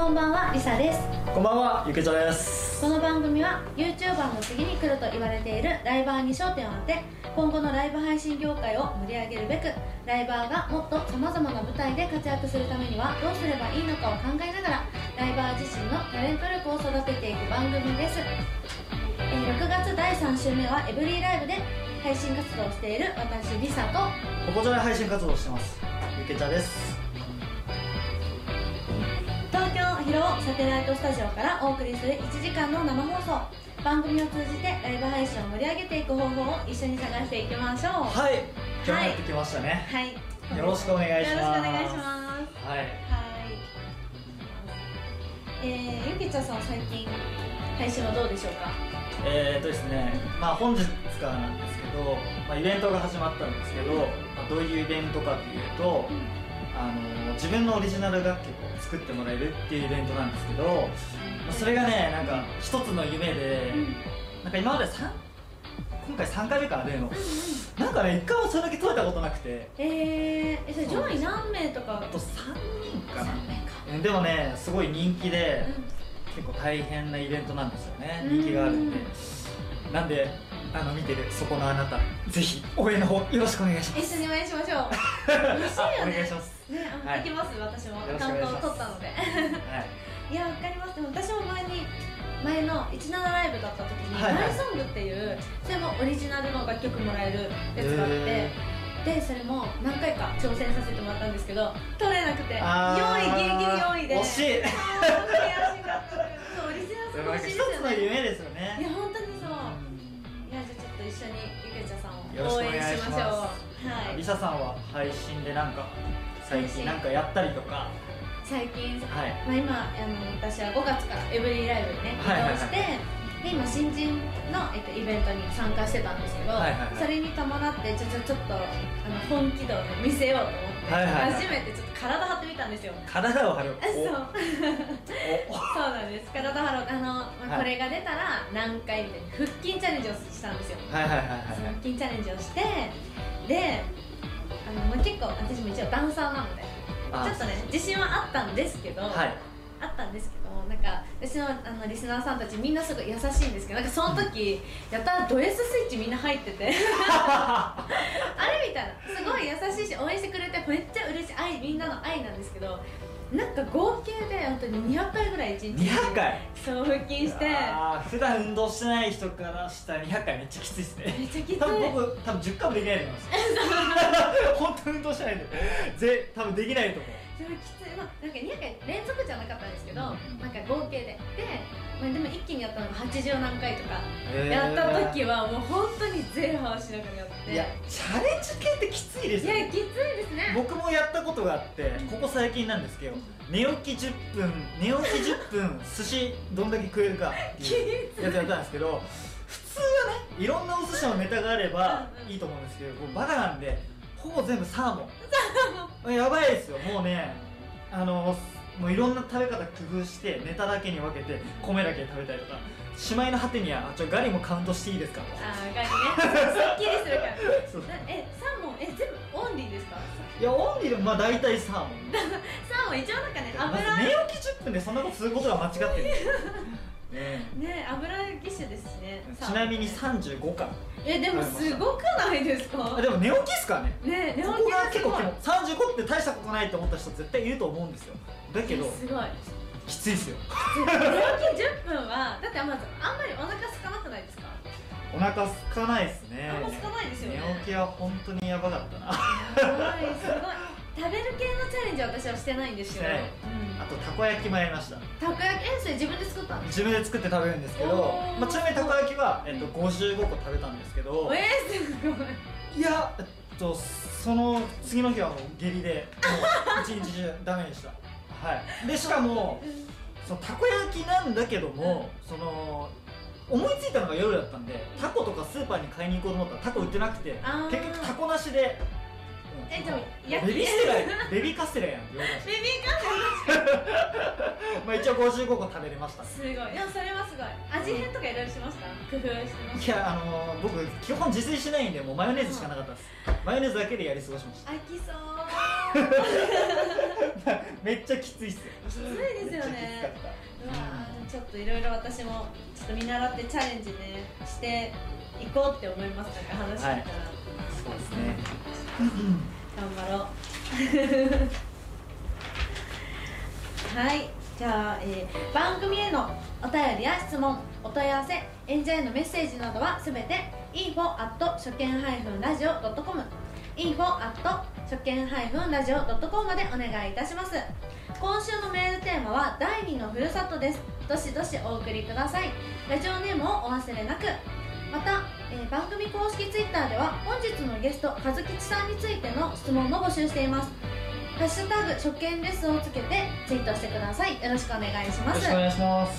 こんばんは、りさです。 こんばんは、ゆけちゃです。 この番組は YouTuber の次に来ると言われているライバーに焦点を当て、今後のライブ配信業界を盛り上げるべく、ライバーがもっとさまざまな舞台で活躍するためにはどうすればいいのかを考えながら、ライバー自身のタレント力を育てていく番組です。6月第3週目はエブリィライブで配信活動をしている私、りさとここで配信活動をしてます、ゆけちゃです。 東京広尾サテライトスタジオからお送りする1時間の生放送。番組を通じてライブ配信を盛り上げていく方法を一緒に探していきましょう。 はい、今日もやってきましたね。 はい、 よろしくお願いします。 よろしくお願いします。 はいはい。ゆきちゃんさん、最近配信はどうでしょうか？ ですね、本日からなんですけど、イベントが始まったんですけど、どういうイベントかというと、自分のオリジナル楽曲を作ってもらえるっていうイベントなんですけど、それがね、なんか一つの夢で、なんか今まで今回3回目から出るの、なんかね、1回もそれだけ取れたことなくて。 それ上位何名とか？ あと3人かな。でもね、すごい人気で、結構大変なイベントなんですよね。人気があるんで。なんで見てるそこのあなた、ぜひ応援の方よろしくお願いします。 一緒に応援しましょう。嬉しいよね。 お願いしますね。 行きます。私もアカウントを取ったので。いや、わかります。でも私も前の17ライブだった時にマイソングっていうそれもオリジナルの楽曲もらえるやつがあって、でそれも何回か挑戦させてもらったんですけど取れなくて、4位、ギリギリ4位で惜しい。 悔しかった。オリジナルソング欲しいですよね。 一つの夢ですよね。 いや、本当にそう。いや、じゃあちょっと一緒にゆけちゃさんを応よろしくお願援しましょう。 いします。 はい。 りささんは配信で最近なんかやったりとか？ 最近、 今私は5月からエブリィライブにね移動して、で今新人の、イベントに参加してたんですけど、それに伴ってちょっと本気度を、ね、見せようと思って、初めてちょっと体張ってみたんですよ。 体を張る。 そうなんです。体張ろう。これが出たら何回みたいに腹筋チャレンジをしたんですよ。腹筋チャレンジをして、で結構私も一応ダンサーなのでちょっとね自信はあったんですけど、なんか私のリスナーさんたちみんなすごい優しいんですけど、なんかその時、やったらド S スイッチみんな入っててあれみたいな、すごい優しいし応援してくれてめっちゃ嬉しいみんなの愛なんですけど、なんか合計で本当に200回ぐらい1日 200回そう腹筋して、 普段運動してない人からしたら200回めっちゃきついですね。 めっちゃきつい。 多分10回もできないと思います本当運動してないんで多分できないと思う。 きつい。なんか200回連続じゃなかったんですけど、なんか合計ででも一気にやったのが80何回とかやった時はもう本当にゼロしながらやって、 いやチャレンジ系ってきついですよね。 いや、きついですね。 僕もやったことがあって、ここ最近なんですけど、寝起き10分寿司どんだけ食えるかっていうやつやったんですけど、普通はね、いろんなお寿司のネタがあればいいと思うんですけど、僕バカなんでほぼ全部サーモンやばいですよ。もうね、もういろんな食べ方工夫してネタだけに分けて米だけ食べたりとか、しまいの果てにはガリもカウントしていいですかと。 ガリね、すっきりするからサーモン全部オンリーですか？ いや、オンリーでも大体サーモンサーモン一応なんかね、油寝起き10分でそんなことすることが間違ってるね、油ぎっしゅですしね。 ちなみに35巻。 でもすごくないですか？ でも寝起きっすからね。 寝起きここが結構35って大したことないと思った人絶対いると思うんですよ。だけどすごいきついっすよ。 寝起き10分はだってまずあんまりお腹空かなくないですか？ お腹空かないですね。 あんま空かないですよね。 寝起きは本当にやばかったな。 すごい。食べる系のチャレンジは私はしてないんですよ。 あとたこ焼きもやりました。 たこ焼きそれ自分で作ったんですか？ 自分で作って食べるんですけど、ちなみにたこ焼きは55個食べたんですけど、 すごい。 いやその次の日はもう下痢でもう一日中ダメでした。でしかもそのたこ焼きなんだけども、思いついたのが夜だったんで、タコとかスーパーに買いに行こうと思ったらタコ売ってなくて、結局タコなしで。 でもベビーカステラやん。ベビーカステラ一応55個食べれました。 すごい。でもそれはすごい。味変とかいろいろしました？工夫してました？ いや、僕基本自炊しないんでもうマヨネーズしかなかったです。マヨネーズだけでやり過ごしました。 飽きそうめっちゃきついっすよ。 きついですよね。うわちょっといろいろ私もちょっと見習ってチャレンジねしていこうって思います。なんか話してたら、はい、 そうですね頑張ろうはい、じゃあ、番組へのお便りや質問、お問い合わせ、演者へのメッセージなどはすべて info@ 初見-radio.com info@ 初見-radio.com までお願いいたします。今週のメールテーマは第2のふるさとです。どしどしお送りください。ラジオネームをお忘れなく。また、番組公式ツイッターでは本日のゲスト和吉さんについての質問も募集しています。ハッシュタグ初見レッスンをつけてツイートしてください。よろしくお願いします。 よろしくお願いします。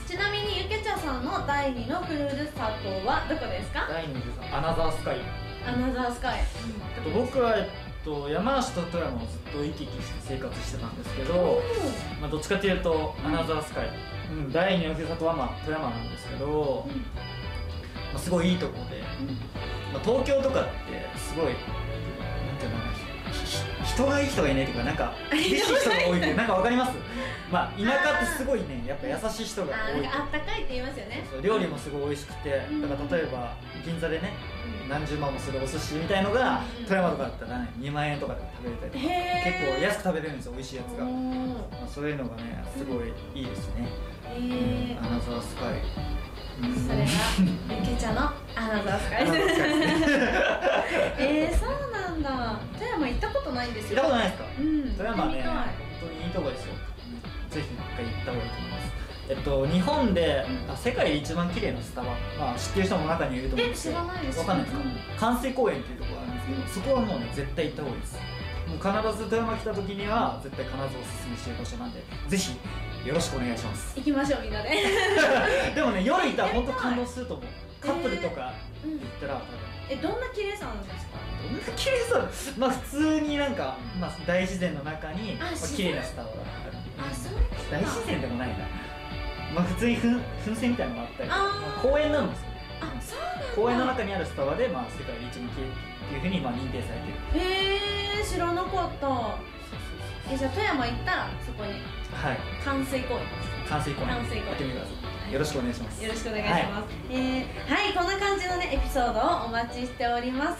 ちなみにゆけちゃさんの第2のふるさとはどこですか？ 第2のふるさと、アナザースカイ。 アナザースカイ、 僕は、山梨と富山をずっと行き来して生活してたんですけど、まあ、どっちかというとアナザースカイ、第2のふるさとはまあ富山なんですけど、まあ、すごいいいところで、まあ、東京とかってすごいなんていうのかな、人がいい人がいないというか、なんか厳しい人が多いってなんかわかります？まあ田舎ってすごいね、やっぱ優しい人が多い。 あったかいって言いますよね。 そう、料理もすごい美味しくて、だから例えば銀座でね、何十万もするお寿司みたいのが富山とかだったら、ね、2万円とかで食べれたりとか、結構安く食べれるんですよ、美味しいやつが。まあ、そういうのがね、すごいいいですね。アナザースカイ。 それがゆけちゃんのアナザースカイです。そうなんだ。富山行ったことないんですよ。 行ったことないですか？富山ね、 本当にいいとこですよ。ぜひ一回行った方がいいと思います。日本で、世界で一番綺麗なスタバ、まあ、知ってる人も中にいると思うんですけど、 知らないです。 わかんないですか？関水公園っていうところがあるんですけど、そこはもうね、絶対行った方がいいです。もう必ず富山来た時には絶対必ずおすすめしてる場所なんで、ぜひよろしくお願いします。 行きましょう、みんなで。 でもね、夜行ったら本当感動すると思う。カップルとか行ったら多分、 どんな綺麗さなんですか？ どんな綺麗さ？まあ普通になんか、まあ、大自然の中に綺麗なスタバがある。大自然でもないな、まあ普通に噴泉みたいなのがあったり、公園なんですよ。公園の中にあるスタバで、まあ世界で一番綺麗っていうふうにまあ認定されてる。 へえ、知らなかった。じゃあ富山行ったらそこに、はい、関水公園、 関水公園やってみてください。よろしくお願いします。 よろしくお願いします。はい、こんな感じのねエピソードをお待ちしております。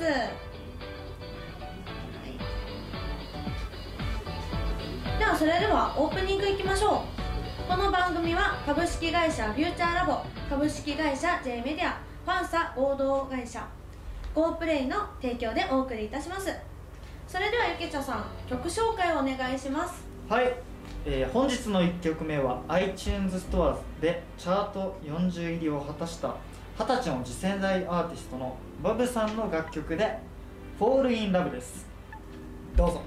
ではそれではオープニングいきましょう。この番組は株式会社フューチャーラボ、株式会社 J メディア、ファンサ合同会社 GoPlay の提供でお送りいたします。それではゆけちゃさん、曲紹介をお願いします。 はい、本日の1曲目は iTunes ストアでチャート40入りを果たした20歳の次世代アーティストのバブさんの楽曲で Fall in Love です。どうぞ。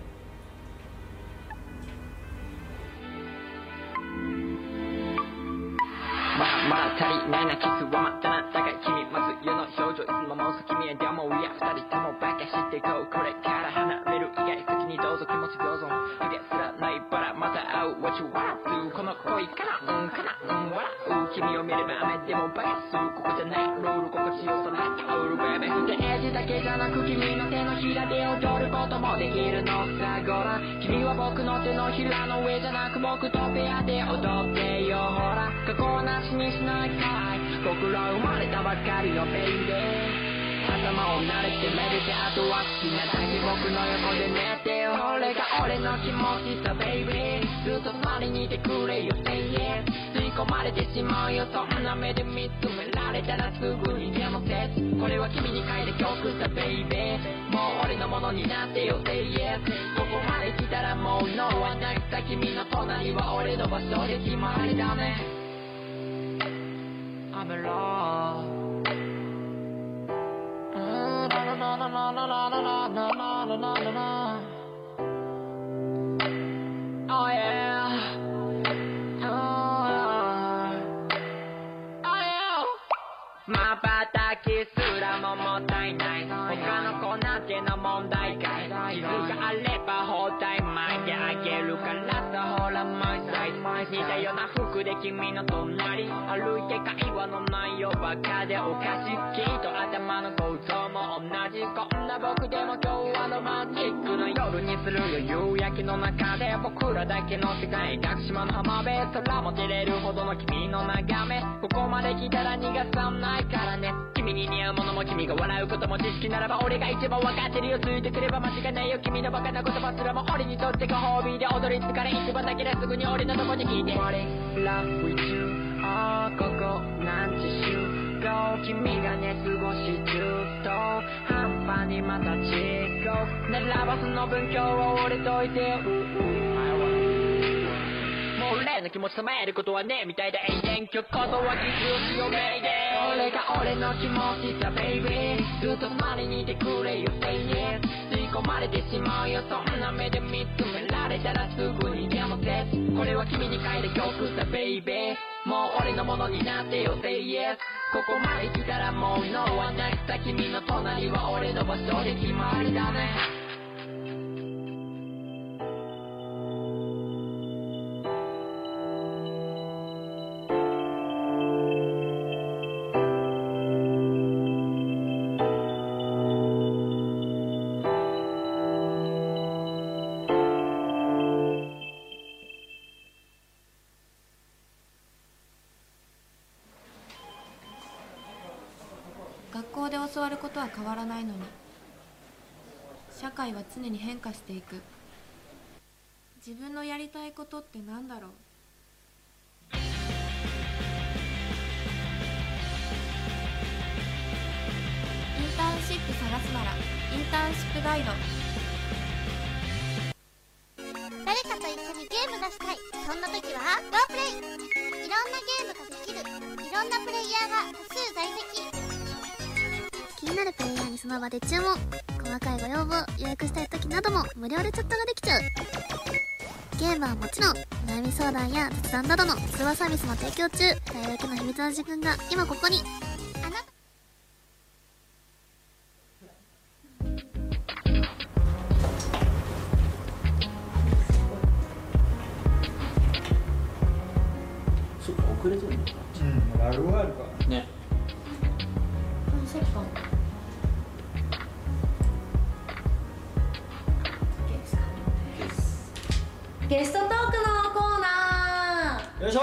まだ足りないな、キスはまだな。だが君まず世の表情いつももう君はでもいや二人ともバカしていこう。これから離れる以外先にどうぞ気持ちどうぞ。ひですらないバラまた会う What you wanna do この恋かな笑う君を見れば雨でもバカする。ここじゃないルール心地よさなタオルベベでエッジだけじゃなく君の手のひらで踊ることもできるのさ。ごらん君は僕の手のひらの上じゃなく僕とペアで踊ってよ。ほら過去なしにしないかい。僕ら生まれたばっかりのベイベー。頭を慣れてめでてあとは好きなだけ僕の横で寝てよ。これが俺の気持ちさベイベー。ずっと隣にいてくれよ Say yeah。 吸い込まれてしまうよそんな目で見つめられたらすぐにでもせつ。これは君に書いた曲さベイベー。もう俺のものになってよ Say yes。 ここまで来たらもうノーはなくさ。君の隣は俺の場所で決まりだね。I'm in love. Oh yeah. Oh yeah. 瞬きすらももったいない。他の子なんての問題かい。傷があれば包帯巻いてあげるからさ。ほら my side 似たような服で君の隣歩いて会話の内容ばっかでおかしいきっと頭の構造も同じこんな僕でも今日はロマンチックな夜にするよ夕焼けの中で僕らだけの世界隠し間の浜辺空も照れるほどの君の眺めここまで来たら逃がさないからね君に似合うものも君が笑うことも知識ならば俺が一番分かってるよついてくれば間違いないよ君のバカな言葉すらも俺にとってご褒美で踊り疲れ一番だけですぐに俺のとこに聞いて Love with you ここなんち週今日君が寝過ごし中と半端にまた遅刻ならばその分今日は俺といてもう俺の気持ち冷めることはねえみたいで永遠今日こそはキスを強めで俺が俺の気持ちさ baby ずっと隣にいてくれよ say yes 吸い込まれてしまうよそんな目で見つめられたらすぐにでもせこれは君に書いた曲さ baby もう俺のものになってよ say yes ここまで来たらもう No はなくさ君の隣は俺の場所で決まりだね学校で教わることは変わらないのに社会は常に変化していく自分のやりたいことって何だろうインターンシップ探すならインターンシップガイド誰かと一緒にゲームがしたいそんな時は GoPlay いろんなゲームができるいろんなプレイヤーが多数在籍気になるプレイヤーにその場で注文細かいご要望予約したい時なども無料でチャットができちゃうゲームはもちろん悩み相談や雑談などの通話サービスも提供中大だけの秘密の自分が今ここにあなたそっか遅れてるのかラグがあるからねそっかゲストトークのコーナーよいしょ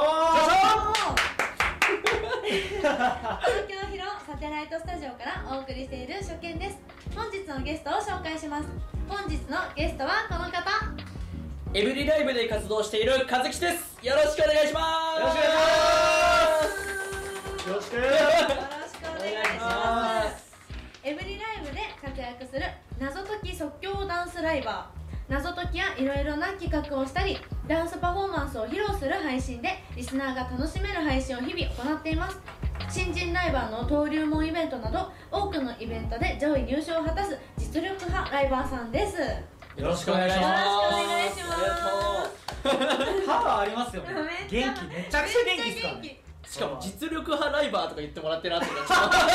東京広サテライトスタジオからお送りしている初見です本日のゲストを紹介します本日のゲストはこの方エブリライブで活動している和樹ですよろしくお願いしますよろしくよろしくお願いしますエブリライブで活躍する謎解き即興ダンスライバー謎解きやいろいろな企画をしたりダンスパフォーマンスを披露する配信でリスナーが楽しめる配信を日々行っています新人ライバーの登竜門イベントなど多くのイベントで上位入賞を果たす実力派ライバーさんですよろしくお願いしますよろしくお願いしますパワーありますよねめっちゃ元気めちゃくちゃ元気ですからねしかも実力派ライバーとか言ってもらってるあたりが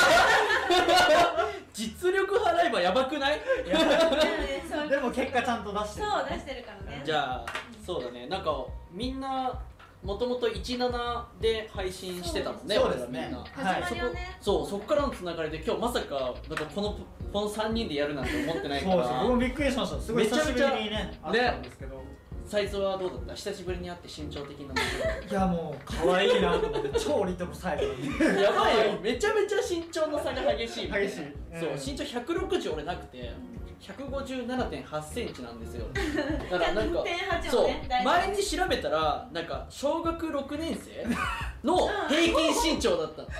実力派ライバーやばくないでも結果ちゃんと出してるそう出してるからねじゃあそうだねなんかみんなもともと17で配信してたもんねそうですね俺らみんな始まりはねそこからのつながりで今日まさかなんかこの3人でやるなんて思ってないかそうです僕もらびっくりしましたすごい久しぶりにね会ったんですけどサイズはどうだった久しぶりに会って身長的なもいやもう可愛いなと思って超リトルサイズのやばいよめちゃめちゃ身長の差が激しい激しいそう身長160俺なくて157.8センチなんですよだからなんか 100.8 そうをね大体前に調べたらなんか小学6年生の平均身長だった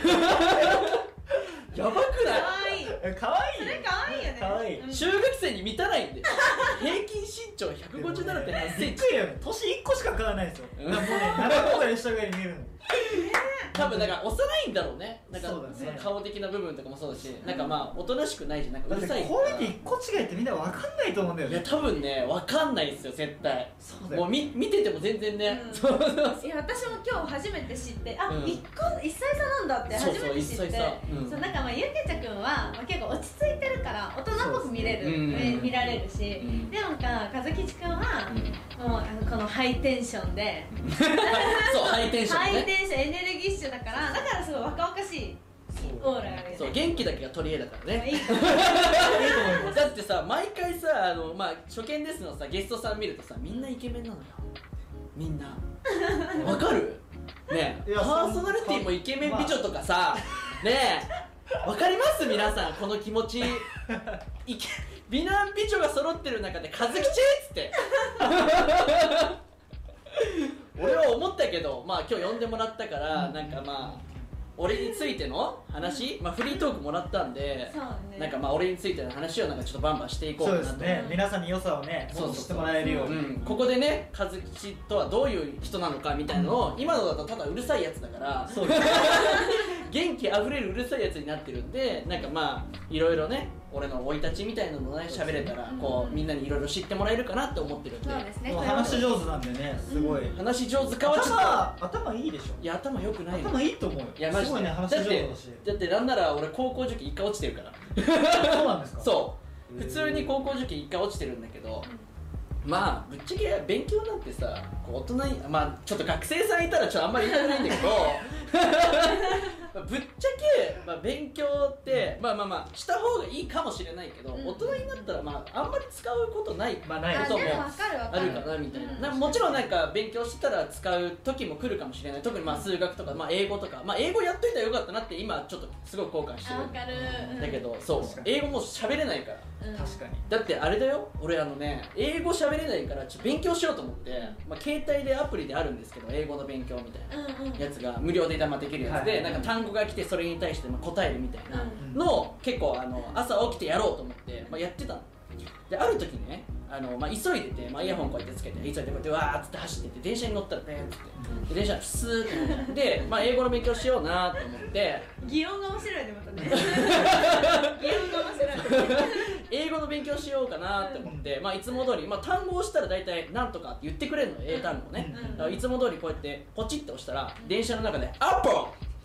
やばくかないわいい可愛いそれかわいいよね可愛いうん中学生に満たないんで平均身長157.8センチびっくりよね年1個しか変わらないですようんもうね7個ぐらい下ぐらいに見えるの多分だから幼いんだろうねなんかそうだねその顔的な部分とかもそうだしなんかまあおとなしくないじゃんなんかだってうるさいから声で1個違いってみんな分かんないと思うんだよねいや多分ね分かんないですよ絶対そうだよもう見てても全然ね、 うんそうそういや私も今日初めて知ってうん 1歳差なんだって初めて知ってそうそう1歳差うんそうなんかまあゆうけちゃくんは、まあ、結構落ち着いてるから大人っぽく見れる、 そうですねうん見られるし、 うんでもか和吉くんは、もうこのハイテンションでそうハイテンションね、 ハイテンションエネルギッシュだからすごい若々しいオーラがあるよね。 そう元気だけが取り柄だからね。 いいと思うだってさ毎回さ初見ですのさゲストさん見るとさみんなイケメンなのよ。みんなわかるねえ、パーソナリティもイケメン美女とかさ、ねえわかります皆さんこの気持ち。美男美女が揃ってる中で和吉っつって俺は思ったけど、今日呼んでもらったからなんか俺についての話、フリートークもらったんで、 そうね、 なんか俺についての話をなんかちょっとバンバンしていこうかなと。 そうですね、皆さんに良さをねもっと知ってもらえるように、 ここでね和吉とはどういう人なのかみたいなのを、今のだとただうるさいやつだからそうです元気あふれるうるさいやつになってるんで、なんかいろいろね俺の生い立ちみたいなのをね喋れたらこうみんなにいろいろ知ってもらえるかなって思ってるんで。 そうですね、 もう話上手なんでね、すごい、 話上手かはちょっと頭いいでしょ。 いや頭良くないの。 頭いいと思うよ。 いやマジですごいね、話上手だし。 だってなんなら俺高校受験1回落ちてるからそうなんですか。 そう普通に高校受験1回落ちてるんだけど、ぶっちゃけ勉強なんてさこう大人にちょっと学生さんいたらちょっとあんまり言いたくないんだけどぶっちゃけ、勉強ってした方がいいかもしれないけど、大人になったらあんまり使うことないこともないあるかなみたいな。もちろんなんか勉強してたら使う時も来るかもしれない。特に数学とか、英語とか、英語やっといたらよかったなって今ちょっとすごい後悔してる。 わかる。 だけどそう英語もう喋れないから。 確かに。 だってあれだよ、俺英語喋れないからちょっと勉強しようと思って、携帯でアプリであるんですけど英語の勉強みたいなやつが無料でできるやつで、なんか単語が来てそれに対して答えるみたいなのを結構朝起きてやろうと思って、やってたの。である時ね急いでて、イヤホンこうやってつけて急いでこうやってわーっつって走ってて電車に乗ったらペーンっつってで電車にスーって乗ってで、英語の勉強しようなと思って擬音が面白いねまたね擬音が面白い英語の勉強しようかなって思って、いつも通り、単語を押したら大体なんとかって言ってくれるの、英単語をね、いつも通りこうやってポチッと押したら電車の中でアップル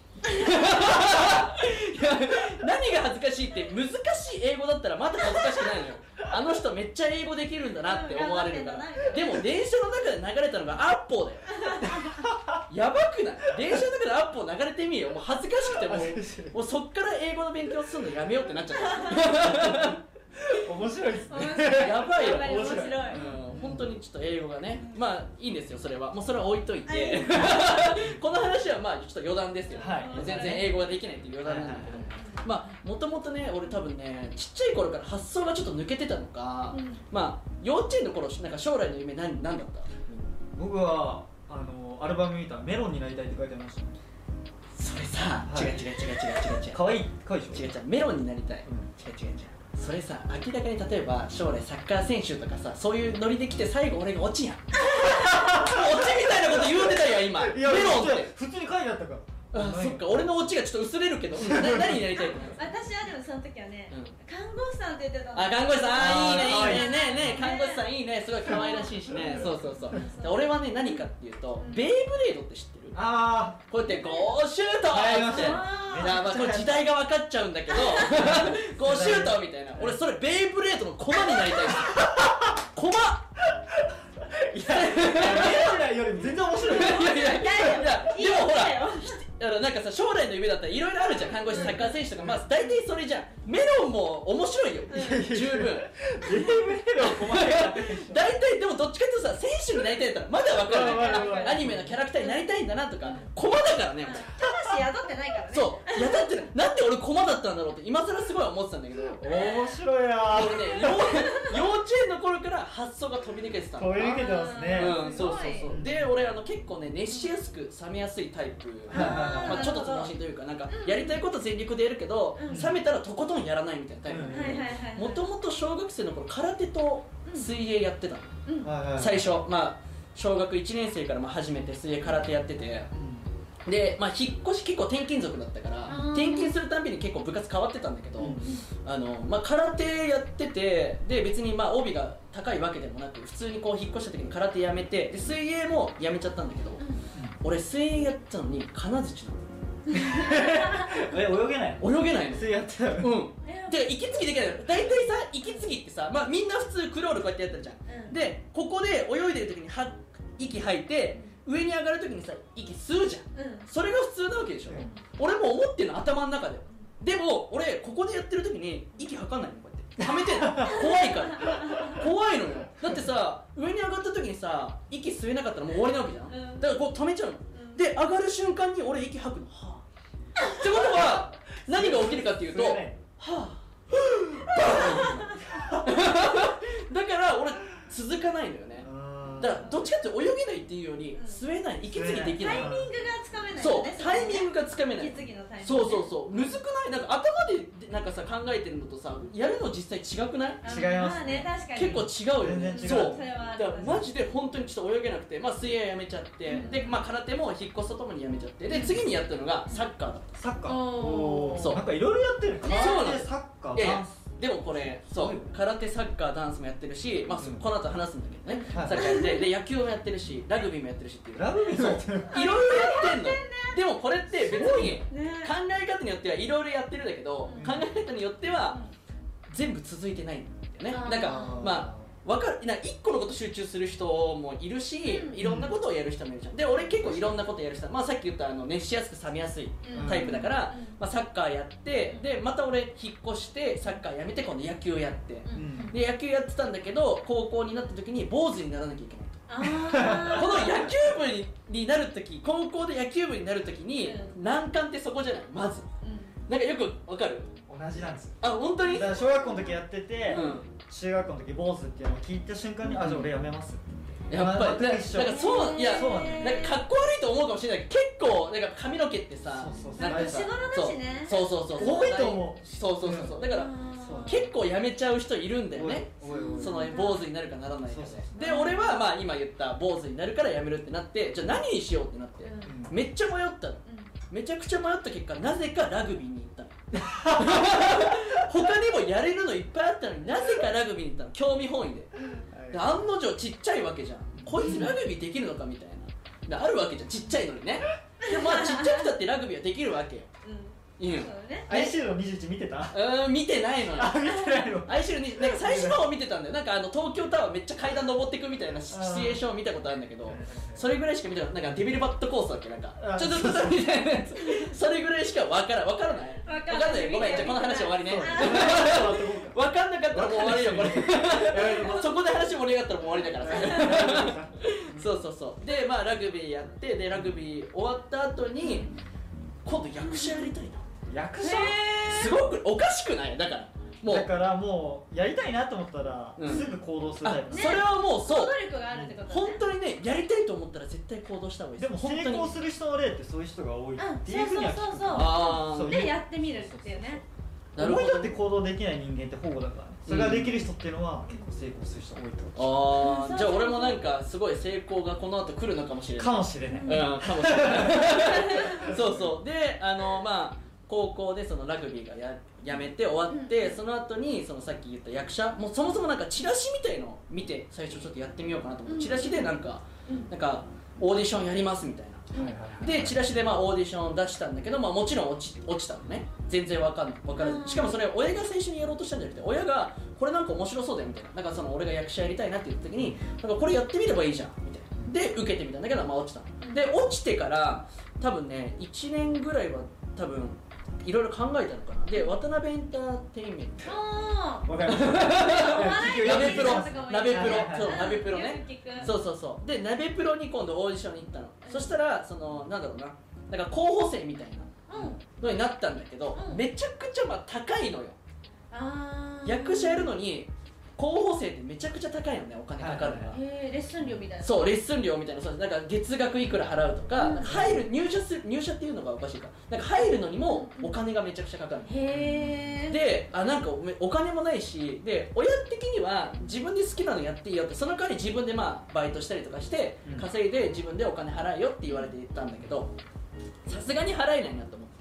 何が恥ずかしいって難しい英語だったらまだ恥ずかしくないのよ。あの人めっちゃ英語できるんだなって思われるから。でも電車の中で流れたのがアッポーだよやばくない？電車の中でアッポー流れてみよ。もう恥ずかしくてもうそっから英語の勉強するのやめようってなっちゃった面白いですね。 やばいよ面白い。 本当にちょっと英語がねいいんですよ。それはもうそれは置いといてこの話はちょっと余談ですよ、全然英語ができないっていう余談なんだけど、もともとね俺多分ねちっちゃい頃から発想がちょっと抜けてたのか、幼稚園の頃なんか将来の夢何だった？ 僕はアルバム見たらメロンになりたいって書いてましたね。 それさ、違うかわいいでしょ。 違うメロンになりたい、違うそれさ明らかに例えば将来サッカー選手とかさそういうノリで来て最後俺がオチやんオチみたいなこと言うてたよ今。メロンって普通に書いてあったから。 そっか俺のオチがちょっと薄れるけど何になりたいの？ 私はでもその時はね、看護師さんって言ってたの。 看護師さんいいね看護師さんいいね、すごい可愛らしいしね。そう俺はね何かっていうとベイブレードって知ってる？こうやってゴーシュートってこれ時代が分かっちゃうんだけどゴーシュートみたいな。俺それベイブレードの駒になりたいです駒いやより全然面白い。 でもほらなんかさ将来の夢だったらいろいろあるじゃん。看護師サッカー選手とか大体それじゃん。メロンも面白いよ十分。大体でもどっちかっていうとさ選手になりたいんだったらまだ分かるね。アニメのキャラクターになりたいんだなとか駒だからね。 魂宿ってないからね。 そう宿ってない。なんで俺駒だったんだろうって今更すごい思ってたんだけど。 面白いな。 俺ね幼稚園の頃から発想が飛び抜けてたの。 飛び抜けてますね。 そうで俺結構ね熱しやすく冷めやすいタイプ。ちょっと楽しいというかなんかやりたいこと全力でやるけど冷めたらとことんやらないみたいなタイプ。もともと小学生の頃空手と水泳やってたの。最初小学1年生から始めて水泳空手やってて、で引っ越し結構転勤族だったから転勤するたんびに結構部活変わってたんだけど、空手やっててで別に帯が高いわけでもなく普通にこう引っ越した時に空手やめてで水泳もやめちゃったんだけど、俺水泳やってたのに金槌なの。 泳げないの？ 泳げないの。 水泳やってたの？ で息継ぎできないの。大体さ息継ぎってさみんな普通クロールこうやってやったじゃん。でここで泳いでる時に息吐いて上に上がるときにさ息吸うじゃん、それが普通なわけでしょ、俺も思ってんの頭の中で。でも俺ここでやってるときに息吐かないの、こうやって溜めてんの怖いから怖いのよ。だってさ上に上がったときにさ息吸えなかったらもう終わりなわけじゃん、だからこう止めちゃうの、で上がる瞬間に俺息吐くの、はぁってことは何が起きるかっていうと、はぁだから俺続かないのよね。だからどっちかって泳げないっていうより吸えない、息継ぎできない、 タイミングがつかめないよね。 そうタイミングがつかめない、 息継ぎのタイミング、 そうそうそう、むずくない？なんか頭でなんかさ考えてるのとさやるの実際違くない？ 違います、 ね、確かに結構違うよね。 全然違う。 そうそれはだからマジで本当にちょっと泳げなくて、まあ水泳やめちゃって、でまあ空手も引っ越すとともにやめちゃって、で次にやったのがサッカーだった。 サッカー、 そうなんかいろいろやってる、空手、サッカー、 いやいやダンス。 でもこれそう空手、サッカー、ダンスもやってるし、まあこの後話すんだけどね、 はいサッカーやってで野球もやってるしラグビーもやってるしっていう、 ラグビーもやってる、 いろいろやってんの。でもこれって別に考え方によってはいろいろやってるんだけど、考え方によっては全部続いてないんだよね。なんかまあ分かる、なんか1個のこと集中する人もいるし、いろんなことをやる人もいるじゃん。で俺結構いろんなことやる人、まあ、さっき言った熱しやすく冷めやすいタイプだから、まあ、サッカーやってでまた俺引っ越してサッカーやめて今度野球やって、で野球やってたんだけど高校になった時に坊主にならなきゃいけないと。この野球部になる時、高校で野球部になる時に難関ってそこじゃない、まず。なんかよくわかる？ 同じなんですよ。 あ、本当に？ だから小学校の時やってて、中学校の時坊主っていうのを聞いた瞬間に、あ、じゃあ俺やめますって。 やっぱりなんかそう、いや、 そうなんかかっこ悪いと思うかもしれないけど、結構なんか髪の毛ってさ、 なんか年頃だしね。 そう多いと思う。 そうだから結構やめちゃう人いるんだよね。その坊主になるかならないかで。で俺はまあ今言った坊主になるからやめるってなって、じゃあ何にしようってなって、めっちゃ迷ったの。めちゃくちゃ迷った結果、なぜかラグビーに行ったの。他にもやれるのいっぱいあったのになぜかラグビーに行ったの、興味本位で。案の定ちっちゃいわけじゃん、こいつラグビーできるのかみたいな、あるわけじゃん、ちっちゃいのにね。でもまあちっちゃくたってラグビーはできるわけよ。 アイシールド21見てた？ 見てないのよ。 見てないの。 アイシールド21、なんか最初の方見てたんだよ。なんか東京タワーめっちゃ階段登っていくみたいなシチュエーションを見たことあるんだけど、それぐらいしか見たことない。なんかデビルバットコースだっけ、なんかちょっとみたいなやつ、それぐらいしかわからない。わかんない、ごめん、じゃあこの話終わりね。わかんなかったらもう終わりよこれ。そこで話盛り上がったらもう終わりだからさ。そうでまあラグビーやって、でラグビー終わった後に今度役者やりたいな。 役者？ すごくおかしくない？だからもうやりたいなと思ったらすぐ行動するタイプ。 それはもうそう、 能力があるってことね。 本当にね、やりたいと思ったら絶対行動した方がいいでも成功する人の例ってそういう人が多いっていうふうには聞く。 そうでやってみるっていうね。 思い立って行動できない人間って保護だから、それができる人っていうのは結構成功する人多いってこと。 じゃあ俺もなんかすごい成功がこの後来るのかもしれない。 かもしれない。 かもしれない。そうでまあ高校でそのラグビーがやめて終わって、その後にそのさっき言った役者、もうそもそもなんかチラシみたいのを見て最初ちょっとやってみようかなと思って、チラシでなんかオーディションやりますみたいな。でチラシでまあオーディション出したんだけど、まあもちろん落ちたのね。全然分からず、しかもそれ親が最初にやろうとしたんじゃなくて、親がこれなんか面白そうだよみたいな、なんかその俺が役者やりたいなって言った時に、なんかこれやってみればいいじゃんみたいなで受けてみたんだけど、まあ落ちたの。で落ちてから多分ね1年ぐらいは多分いろいろ考えたのかな。で渡辺エンターテインメント、鍋プロね。そうで鍋プロに今度オーディションに行ったの。そしたらそのなんだろうな、なんか候補生みたいなのになったんだけど、めちゃくちゃまあ高いのよ。役者やるのに候補生ってめちゃくちゃ高いのね、お金かかるのが。 レッスン料みたいな。 そう、レッスン料みたいな。そう、なんか月額いくら払うとか、入社っていうのがおかしいか、なんか入るのにもお金がめちゃくちゃかかるの。で、なんかお金もないし、で親的には自分で好きなのやっていいよって、その代わり自分でまあバイトしたりとかして稼いで自分でお金払えよって言われていたんだけど、さすがに払えないなと思って、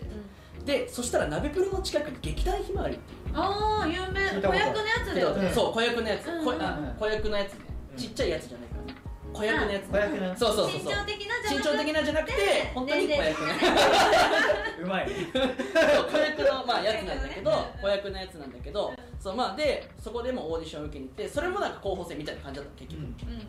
でそしたら鍋プロの近くに劇団ひまわりっていう、 有名、子役のやつだよね。 そう、子役のやつ、子役のやつね、ちっちゃいやつじゃないからね、子役のやつ。そう身長的なじゃなくて本当に子役ね。 うまい。 子役のまあやつなんだけど、子役のやつなんだけど、そうまあでそこでもオーディションを受けに行って、それもなんか候補生みたいな感じだったの結局。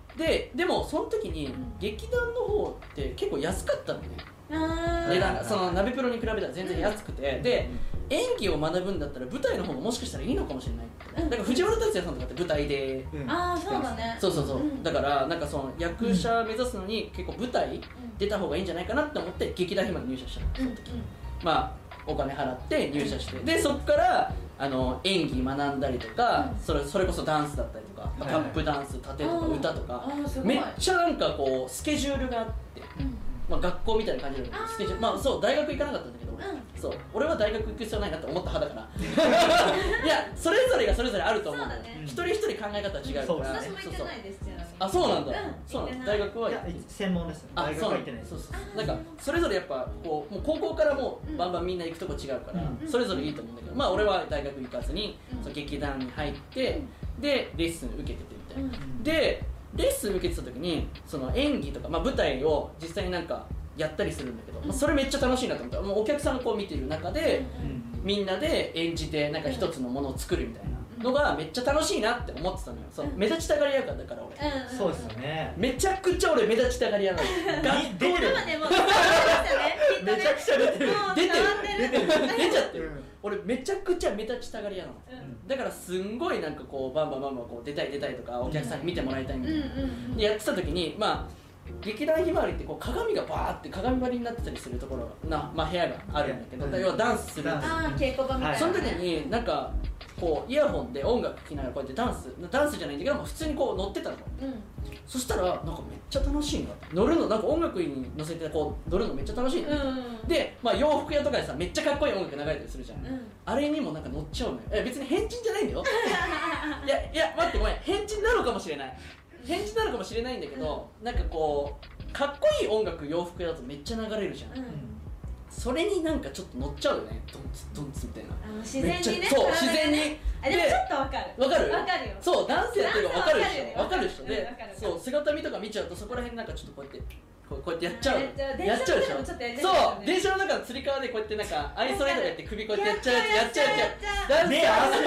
でもその時に劇団の方って結構安かったのね、値段がそのナベプロに比べたら全然安くて、で演技を学ぶんだったら舞台の方がもしかしたらいいのかもしれない、だから藤原竜也さんとかって舞台で、 ああそうだね、 そう、だからなんかその役者目指すのに結構舞台出た方がいいんじゃないかなって思って劇団ひまに入社したの、その時、まあお金払って入社して、でそこから演技学んだりとか、それこそダンスだったりとか、タップダンス、盾とか歌とか、めっちゃなんかこうスケジュールがあって、まあ学校みたいな感じでスケジュール、まあそう大学行かなかったんだけど、そう俺は大学行く必要ないなって思った派だからいやそれぞれがそれぞれあると思う、一人一人考え方は違うから、 私も行ってないです。 あ、そうなんだ、そうなんだ、大学は専門です。大学は行ってないです。 なんかそれぞれやっぱこうもう高校からもうバンバンみんな行くとこ違うから、それぞれいいと思うんだけど、まあ俺は大学行かずにその劇団に入って、でレッスン受けててみたいな、でレッスン受けてた時にその演技とか、まあ、舞台を実際になんかやったりするんだけど、まあ、それめっちゃ楽しいなと思った。もうお客さんがこう見てる中で、みんなで演じてなんか一つのものを作るみたいなのがめっちゃ楽しいなって思ってたのよ。そう目立ちたがり屋だから俺、 そうですよね。 めちゃくちゃ俺目立ちたがり屋なの。学校でめちゃくちゃ出てる、 出ちゃってる。俺めちゃくちゃ目立ちたがり屋なの、だからすんごいなんかこうバンバンこう出たいとかお客さんに見てもらいたいみたいな、でやってた時に、まあ劇団ひまわりってこう鏡がバーって鏡張りになってたりするところな、まあ、部屋があるんだけど、要はダンスするんですよ。 稽古場みたいな。 その時になんかこうイヤホンで音楽聴きながらこうやってダンスじゃないんだけども普通にこう乗ってたの、そしたらなんかめっちゃ楽しいな、乗るのなんか音楽に乗せてこう乗るのめっちゃ楽しいの、で、まあ、洋服屋とかでさめっちゃかっこいい音楽流れたりするじゃん、あれにもなんか乗っちゃうのよ。別に変人じゃないんだよいや待ってごめん、変人なのかもしれない、変人なのかもしれないんだけど、なんかこうかっこいい音楽洋服だとめっちゃ流れるじゃん、それになんかちょっと乗っちゃうよね、ドンツみたいな、 自然にね。 そう自然に。 でもちょっとわかるわかるよ。 そうダンスやってるのわかるでしょ、わかる人で、 わかるそう姿見とか見ちゃうとそこら辺なんかちょっとこうやってやっちゃうでしょ。そう電車の中のつり革でこうやってなんかアイソレートでやって首こうやってやっちゃう目合わせ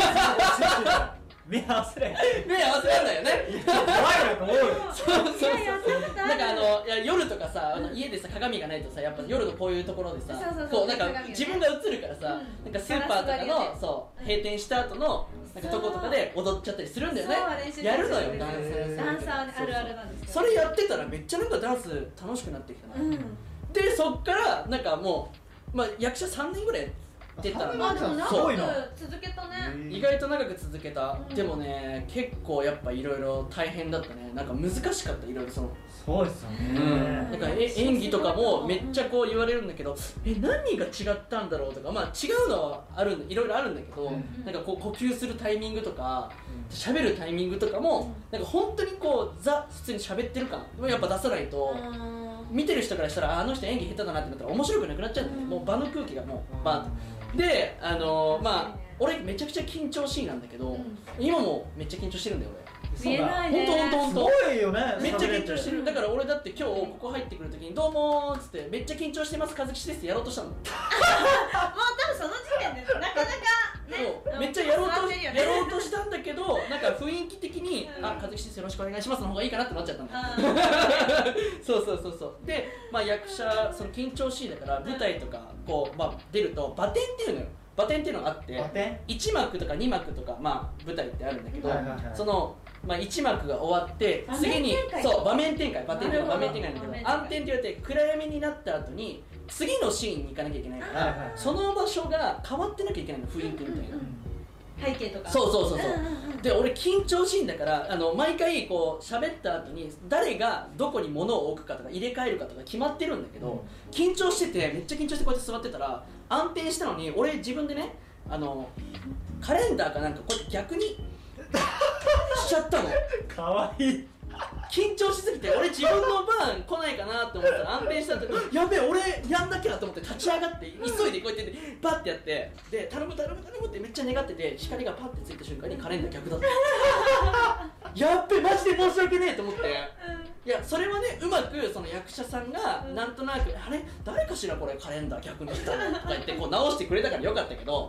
ないんだよね。 怖いなと思うよ。 なんかいや夜とかさ家でさ鏡がないとさやっぱ夜のこういうところでさこうなんか自分が映るからさ、なんかスーパーとかのそう閉店した後のなんかとことかで踊っちゃったりするんだよね。やるのよダンサーあるあるなんですけど、 それやってたらめっちゃなんかダンス楽しくなってきたな、でそっからなんかもう、まあ、役者3年ぐらい出たら、 でも長く続けたね。 意外と長く続けた、でもね結構やっぱいろいろ大変だったね。なんか難しかった、いろいろそうですよね、 なんか演技とかもめっちゃこう言われるんだけど、何が違ったんだろうとか、まあ違うのはいろいろあるんだけど、なんかこう呼吸するタイミングとか喋るタイミングとかもなんか本当にこう普通に喋ってる感やっぱ出さないと、見てる人からしたらあの人演技下手だなってなったら面白くなくなっちゃうんだよね、もう場の空気がもうバーンと。でまあ俺めちゃくちゃ緊張しいなんだけど、今もめっちゃ緊張してるんだよ俺。 見えないね。 ほんとすごいよね。 めっちゃ緊張してる。だから俺だって今日ここ入ってくるときにどうもーっつってめっちゃ緊張してます和吉ですってやろうとしたの。もう多分その時点でなかなかねめっちゃやろうとしたんだけど、なんか雰囲気的に和吉ですよろしくお願いしますの方がいいかなってなっちゃったんだよ。そうで、まあ役者その緊張しいだから舞台とかこうまあ出るとバテンっていうのよ。バテンっていうのがあって1幕とか2幕とか、まあ、舞台ってあるんだけど、その、まあ、1幕が終わって次に場面展開バテンっていうのは場面展開なんだけど、暗転って言われて暗闇になった後に次のシーンに行かなきゃいけないから、その場所が変わってなきゃいけないの、雰囲気みたいな、 背景とか。 そうで俺緊張しいんだから毎回こう喋った後に誰がどこに物を置くかとか入れ替えるかとか決まってるんだけど、緊張しててめっちゃ緊張してこうやって座ってたら暗転したのに俺自分でねカレンダーかなんかこうやって逆にしちゃったの。 かわいい。 緊張しすぎて俺自分の番来ないかなって思ったら暗転した時やべえ俺やんなきゃと思って立ち上がって急いでこうやってバッてやってで頼むってめっちゃ願ってて光がパッてついた瞬間にカレンダー逆だったやっべマジで申し訳ねえと思って、いやそれはねうまくその役者さんがなんとなくあれ誰かしらこれカレンダー逆にしたのとか言ってこう直してくれたからよかったけど、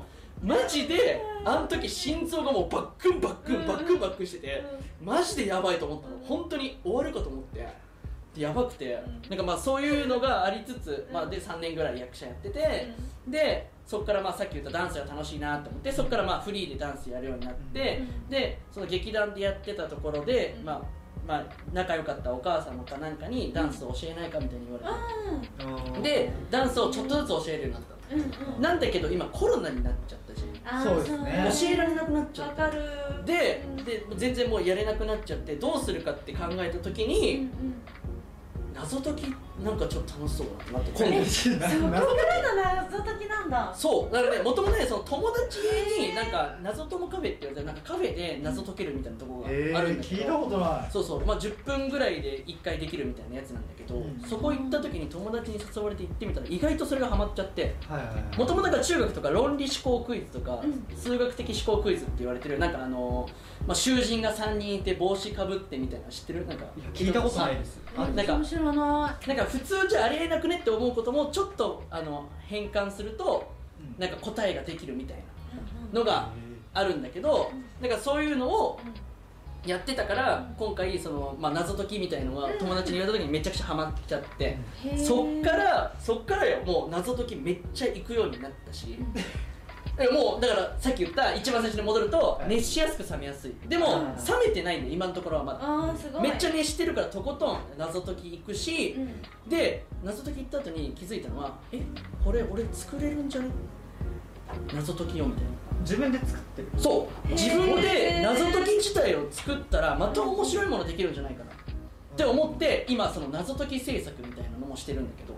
マジであの時心臓がもうバックンバックンバックンバックンしてて、マジでやばいと思ったの。本当に終わるかと思ってやばくて、なんかまあそういうのがありつつ、まあ、で3年ぐらい役者やってて、でそこからまあさっき言ったダンスが楽しいなと思って、そこからまあフリーでダンスやるようになって、でその劇団でやってたところで、まあ仲良かったお母様かなんかにダンスを教えないかみたいに言われて、でダンスをちょっとずつ教えるようになったの、なんだけど今コロナになっちゃったし、 そうですね、 教えられなくなっちゃって、 わかる。 で全然もうやれなくなっちゃって、どうするかって考えた時に、謎解きなんかちょっと楽しそうだなって今度そこからの謎解きなんだ。 そうだからね、もともとね、その友達になんか謎友カフェって言われて、なんかカフェで謎解けるみたいなところがあるんだけど、 聞いたことない。 そうそう、まあ10分ぐらいで1回できるみたいなやつなんだけど、そこ行った時に友達に誘われて行ってみたら意外とそれがハマっちゃって、もともと中学とか論理思考クイズとか、数学的思考クイズって言われてる、なんかまあ、囚人が3人いて帽子かぶってみたいなの知ってる？なんか聞いたことないです。 なんか知らない。 なんか普通じゃありえなくねって思うこともちょっと変換するとなんか答えができるみたいなのがあるんだけど、なんかそういうのをやってたから、今回その、まあ、謎解きみたいのが友達に言われた時にめちゃくちゃハマっちゃって、そっからよ、もう謎解きめっちゃ行くようになったし、もうだからさっき言った一番最初に戻ると、熱しやすく冷めやすい。でも冷めてないんで今のところはまだ。 すごい。 めっちゃ熱してるからとことん謎解き行くし、で謎解き行った後に気づいたのは、これ俺作れるんじゃね、謎解きよみたいな。 自分で作ってる。 そう自分で謎解き自体を作ったらまた面白いものできるんじゃないかなって思って、今その謎解き制作みたいなのもしてるんだけど、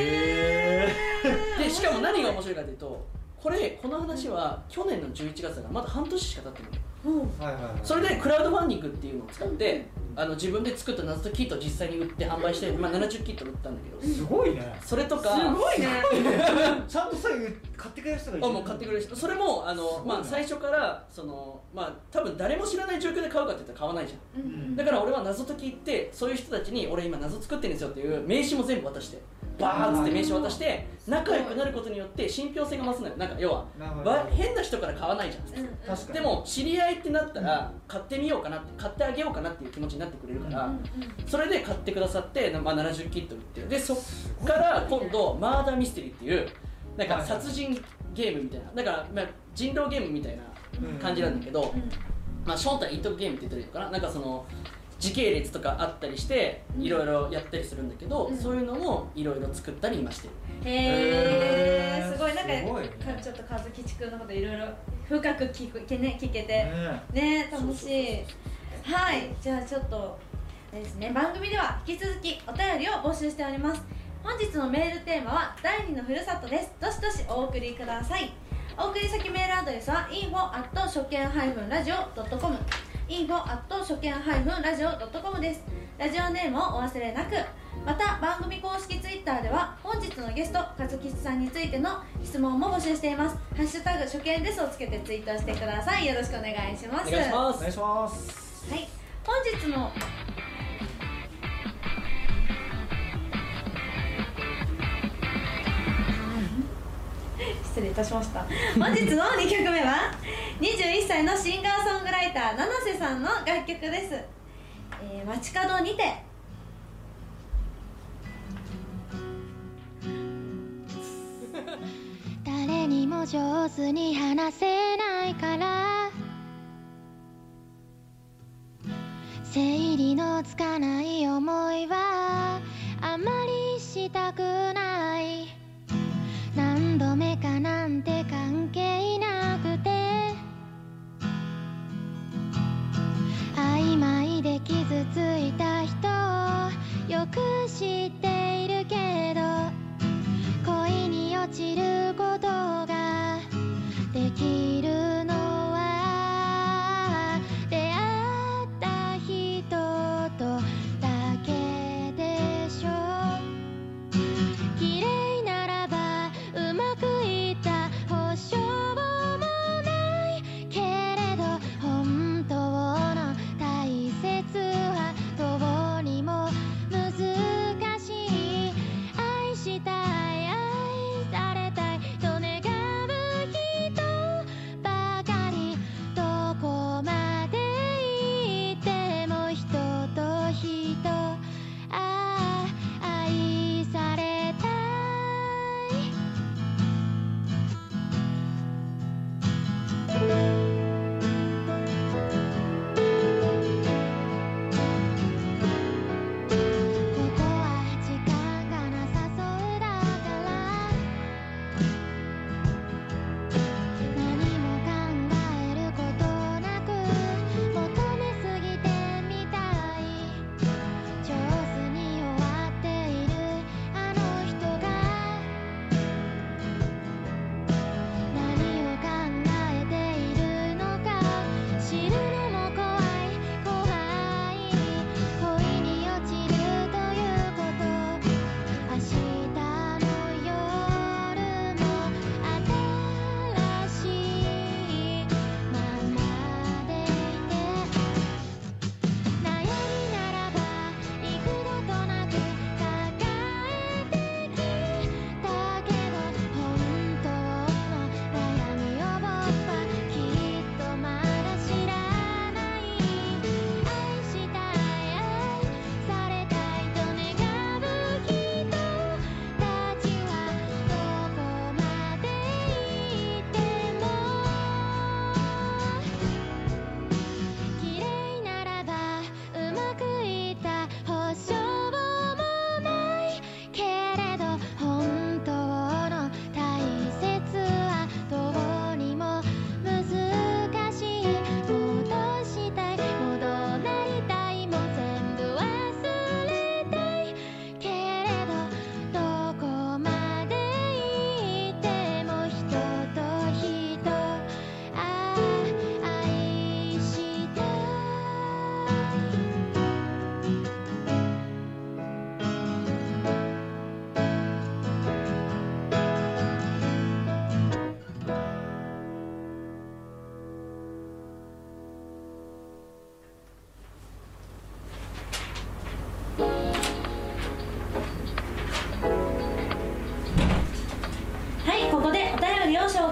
でしかも何が面白いかというと、この話は去年の11月だからまだ半年しか経ってない。それでクラウドファンディングっていうのを使って自分で作った謎解きキットを実際に売って販売して、まあ、70キット売ったんだけど、 すごいね。 それとかすごいねちゃんとさ買ってくれる人がいる。 もう買ってくれる人、それもまあ、最初からまあ、多分誰も知らない状況で買うかって言ったら買わないじゃん、だから俺は謎解き行って、そういう人たちに俺今謎作ってるんですよっていう名刺も全部渡して、バーッつって名刺渡して仲良くなることによって信憑性が増すのよ。なんか要は変な人から買わないじゃん、 確かに。 でも知り合いってなったら買ってみようかなって、買ってあげようかなっていう気持ちになってくれるから、それで買ってくださって、まあ、70キット売ってる。でそっから今度マーダーミステリーっていうなんか殺人ゲームみたいな、だから、まあ、人狼ゲームみたいな感じなんだけど、まあ、正体言っとくゲームって言ったらいいのかな、なんかその時系列とかあったりしていろいろやったりするんだけど、そういうのもいろいろ作ったり今してる。 すごい。なんかちょっと和吉くんのこといろいろ深く聞けてね、楽しい。はい、じゃあちょっとですね、番組では引き続きお便りを募集しております。本日のメールテーマは第二のふるさとです。どしどしお送りください。お送り先メールアドレスは info@ 初見-radio.com info@ 初見-radio.com です。ラジオネームをお忘れなく。また番組公式ツイッターでは本日のゲスト和吉さんについての質問も募集しています。ハッシュタグ初見ですをつけてツイートしてください。よろしくお願いします。 お願いします。 お願いします。 はい、本日の失礼いたしました。本日の2曲目は21歳のシンガーソングライター七瀬さんの楽曲です。街角にて。 誰にも上手に話せないから整理のつかない思いはあまりしたくない。何度目かなんて関係なくて曖昧で傷ついた人をよく知っているけど恋に落ちることができるのは出会った人とだけでしょ。綺麗ならばうまくいった保証もないけれど本当の大切はどうにも難しい。愛したい愛されたいと願う人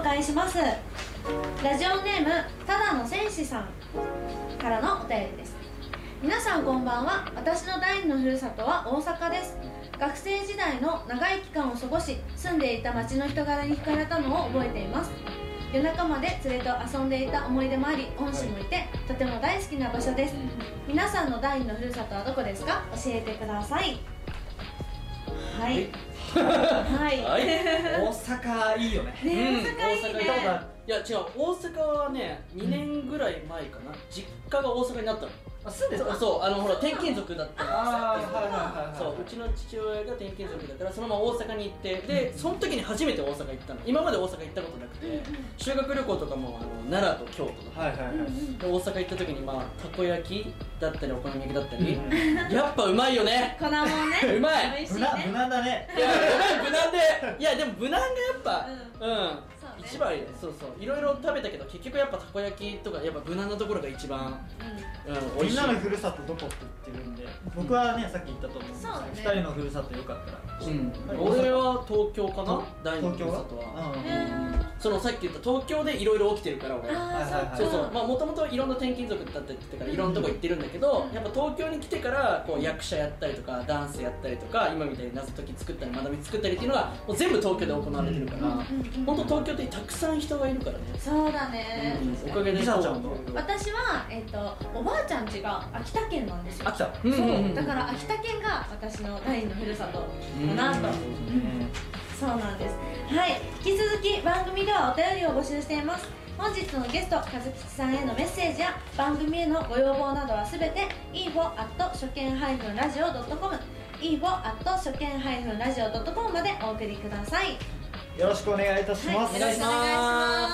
介します。ラジオネームただの戦士さんからのお便りです。皆さんこんばんは。私の第二のふるさとは大阪です。学生時代の長い期間を過ごし、住んでいた町の人柄に惹かれたのを覚えています。夜中まで連れと遊んでいた思い出もあり、恩師もいて、とても大好きな場所です。皆さんの第二のふるさとはどこですか？教えてください。はい。はい。 大阪いいよね。 ね、大阪いいね。 いや違う、大阪はね2年ぐらい前かな、実家が大阪になったの。 住んでた？ そう、ほら転勤族だったんですよ。そう、うちの父親が転勤族だからそのまま大阪に行って、でその時に初めて大阪行ったの。今まで大阪行ったことなくて、修学旅行とかも奈良と京都とか、で大阪行った時にたこ焼きだったりお好み焼きだったり、やっぱうまいよね。 粉もんね。 うまい。 無難だね。 いや無難で、いやでも無難がやっぱ一番いいね。そうそう、いろいろ食べたけど結局やっぱたこ焼きとかやっぱ無難なところが一番美味しい。 みんなのふるさとどこって言ってるんで、僕はねさっき言ったと思うんですけど、2人のふるさとよかったら。 俺は東京かな、第二のふるさとは。そのさっき言った東京でいろいろ起きてるから俺。そうそう、もともといろんな転勤族だったって言ってからいろんなとこ行ってるんだけど、やっぱ東京に来てからこう役者やったりとかダンスやったりとか、今みたいに謎解き作ったりまだみ作ったりっていうのがもう全部東京で行われてるから、本当東京ってたくさん人がいるからね。 そうだね。 おかげで。 私はおばあちゃん家が秋田県なんですよ。 秋田。 そうだから秋田県が私の第二のふるさとだなと。そうなんです。はい、引き続き番組ではお便りを募集しています。本日のゲスト和吉さんへのメッセージや番組へのご要望などはすべて info@ 初見-radio.com info@ 初見-radio.com までお送りください。 よろしくお願いいたします。 よろしくお願いします。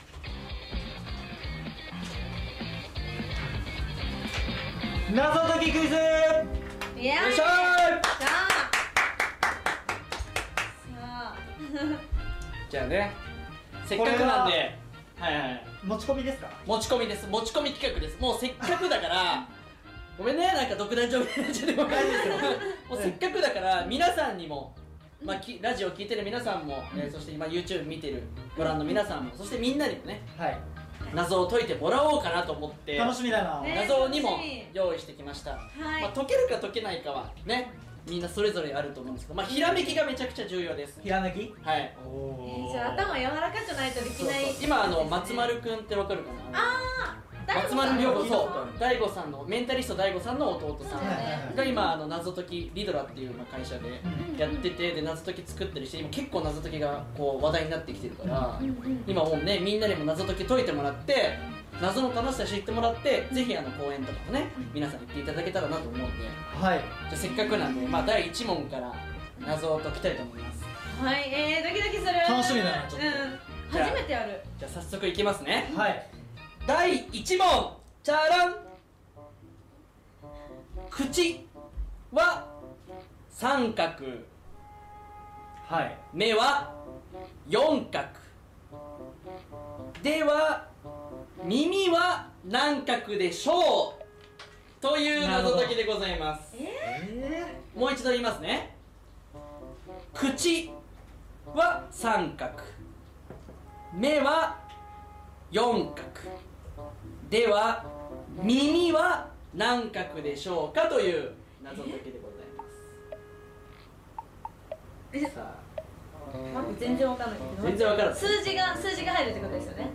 謎解きクイズ。 イエーイ。 よいしょー。じゃあね、せっかくなんで、 持ち込みですか？ 持ち込みです。持ち込み企画です。もうせっかくだからごめんね、なんか独壇場みたいになっちゃってごめんですよ。もうせっかくだから皆さんにも、ラジオ聞いてる皆さんも、そして今 YouTube 見てるご覧の皆さんも、そしてみんなにもね、謎を解いてもらおうかなと思って、 楽しみだな。 謎にも用意してきました。解けるか解けないかはね、みんなそれぞれあると思うんですけど、ひらめきがめちゃくちゃ重要です。 ひらめき？ はい。 じゃあ頭柔らかくないとできない。 今松丸くんってわかるかな？松丸亮吾、そう大悟さんのメンタリスト大悟さんの弟さんが今謎解きリドラっていう会社でやってて、で謎解き作ってるし、今結構謎解きがこう話題になってきてるから、今もうねみんなにも謎解き解いてもらって、謎の楽しさ知ってもらって、ぜひ公演とかもね皆さん行っていただけたらなと思うんで、じゃあせっかくなんで第1問から謎を解きたいと思います。 はい、ドキドキする。 楽しみだな、ちょっと。初めてやる。 じゃあ早速いきますね。 はい。 第1問、チャラン。口は三角、目は四角、では耳は何角でしょうという謎解きでございます。もう一度言いますね。口は三角、目は四角、では耳は何角でしょうかという謎解きでございます。さあ、 全然わかんないけど。 全然わからない。 数字が入るってことですよね。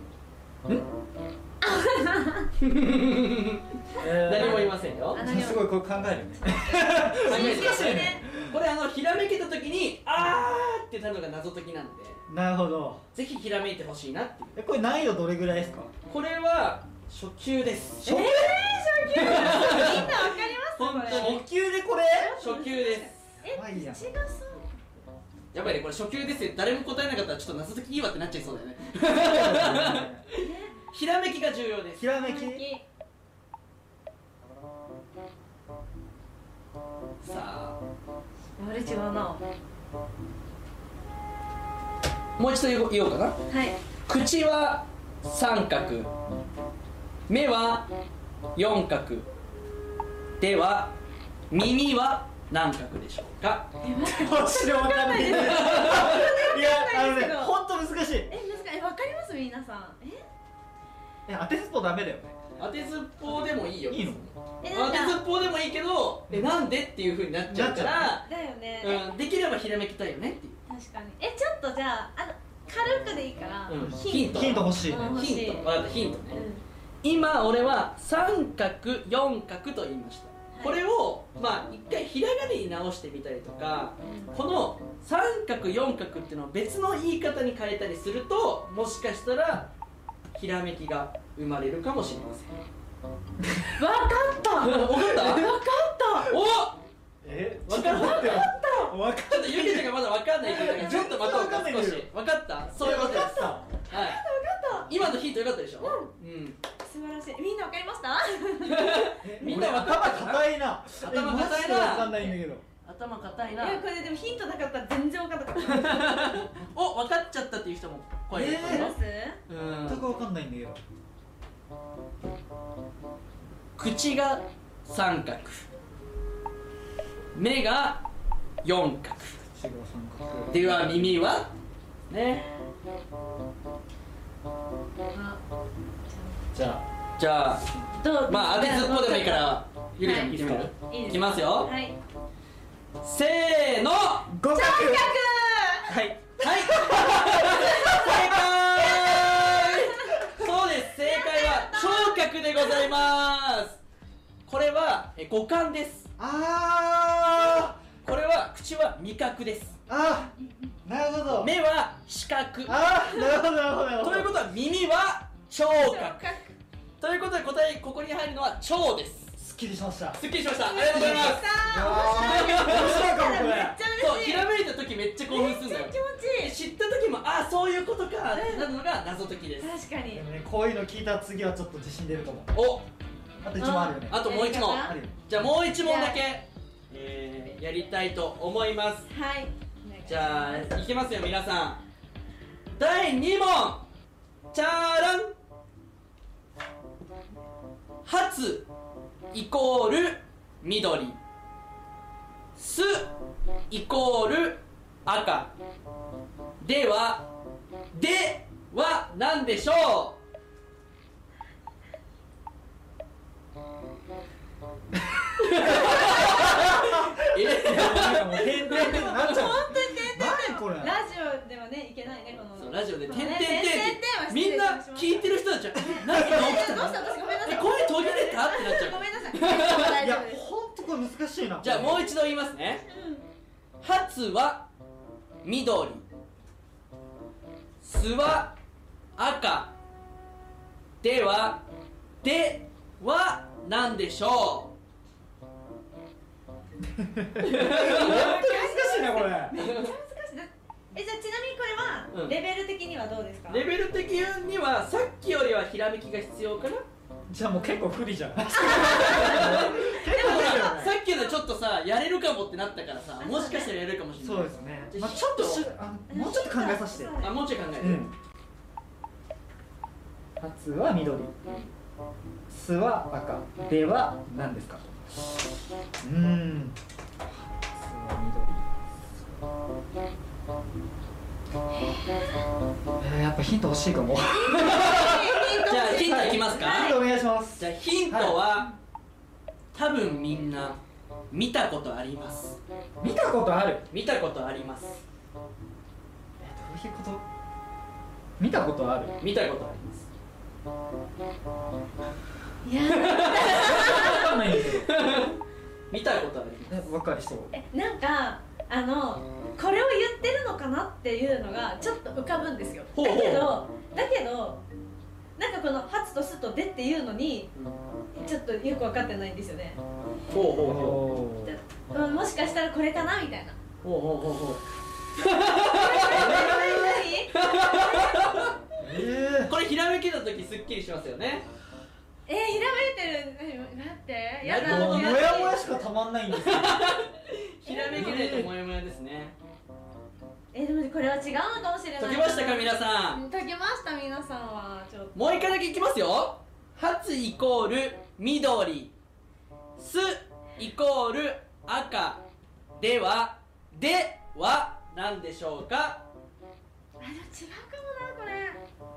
何も言いませんよ。 すごいこれ考えるんですね。 これひらめけた時にあーってなるのが謎解きなんで。 なるほど。 ぜひひらめいてほしいなっていう。 これ難易度どれぐらいですか？ これは初級です。 初級？みんなわかります本当に初級でこれ？ 初級です。 違うそう。 やばいね、これ初級ですよ。誰も答えなかったらちょっと謎解きいいわってなっちゃいそうだよね。ひらめきが重要です。 ひらめき。 さあ、 あれ違うな。 もう一度言おうかな。 はい。 口は三角、目は四角、では耳は何角でしょうか？ マジで分かんない。いや、本当難しい。 難しい。わかります皆さん？ 当てずっぽうダメだよね。 当てずっぽうでもいいよ。 いいの？ 当てずっぽうでもいいけど、なんでっていう風になっちゃうからだよね、 できればひらめきたいよねっていう。 確かに。ちょっとじゃあ軽くでいいから、 ヒント欲しいね。 ヒント、分かった、ヒントね。今俺は三角四角と言いました。これをまあ一回ひらがなに直してみたりとか、この三角四角っていうのを別の言い方に変えたりすると、もしかしたらひらめきが生まれるかもしれません。 わかった分かった分かったお分かったちょっとゆきちゃんがまだ分かんないけどちょっと待とうか少し。分かった？そういうことです。はい、今のヒントよかったでしょ。 素晴らしい。みんな分かりました？ みんな分かったかな？ 頭硬いな。 頭硬いな。 分かんないんだけど。 頭硬いな。 これでもヒントなかったら全然分かんなかった。 お、分かっちゃったっていう人も声出てるよ。 全く分かんないんだけど。 口が三角、目が四角。では耳はね。じゃあまあ当てずっぽうでもいいからゆきちゃん聞いてみる？いきますよ。せーの。 五角。 はい正解。そうです、正解は聴覚でございます。これは五感です。これは口は味覚です。 なるほど。 目は視覚。 なるほどなるほど。 ということは耳は聴覚。ということで答えここに入るのは腸です。 すっきりしました。 すっきりしました。ありがとうございます。 面白いかもこれ。 そう、ひらめいた時めっちゃ興奮するんだよ。 気持ちいい。 知った時もそういうことかってなるのが謎解きです。 確かに。 でもね、こういうの聞いた次はちょっと自信出ると思う。 お、 あと1問あるよね。 あともう1問。じゃあもう1問だけやりたいと思います。 はい。 じゃあいきますよ皆さん。第2問。チャーラン。初イコール緑、すイコール赤、では何でしょう？ もう点々点なっちゃう。 本当に点々 何これ。 ラジオではねいけないねこの。 そうラジオで点々 点点みんな聞いてる人たちは何が起きたの？ どうした私ごめんなさい。 声途切れたってなっちゃう。 ごめんなさい。 いや本当これ難しいな。 じゃあもう一度言いますね。初は緑、すは赤、では何でしょう？ 難しいなこれ。 めっちゃ難しいな。じゃあちなみにこれはレベル的にはどうですか？ レベル的にはさっきよりはひらめきが必要かな。 じゃあもう結構不利じゃん。でもさっきのちょっとさやれるかもってなったからさ、もしかしたらやれるかもしれない。 そうですね。まあちょっともうちょっと考えさせて。 もうちょい考えて。 初は緑、すは赤、では何ですか？やっぱヒント欲しいかも。 じゃあヒントいきますか？ ヒントお願いします。 じゃあヒントは、多分みんな見たことあります。 見たことある？ 見たことあります。 どういうこと？見たことある？ 見たことあります。 いや分かんないんだけど。 見たことあります。 分かりそう。 なんかこれを言ってるのかなっていうのがちょっと浮かぶんですよ。だけどなんかこの「初」と「す」と「で」っていうのにちょっとよく分かってないんですよね。もしかしたらこれかなみたいな。 これひらめきの時すっきりしますよね。 ひらめいてる。待ってやだ。 もやもやしかたまんないんですよ。 ひらめきないともやもやですね。 でもこれは違うのかもしれない。 解けましたか皆さん？ 解けました皆さんは。ちょっともう一回だけいきますよ。初イコール緑、すイコール赤、では何でしょうか？ でも違うかもなこれ。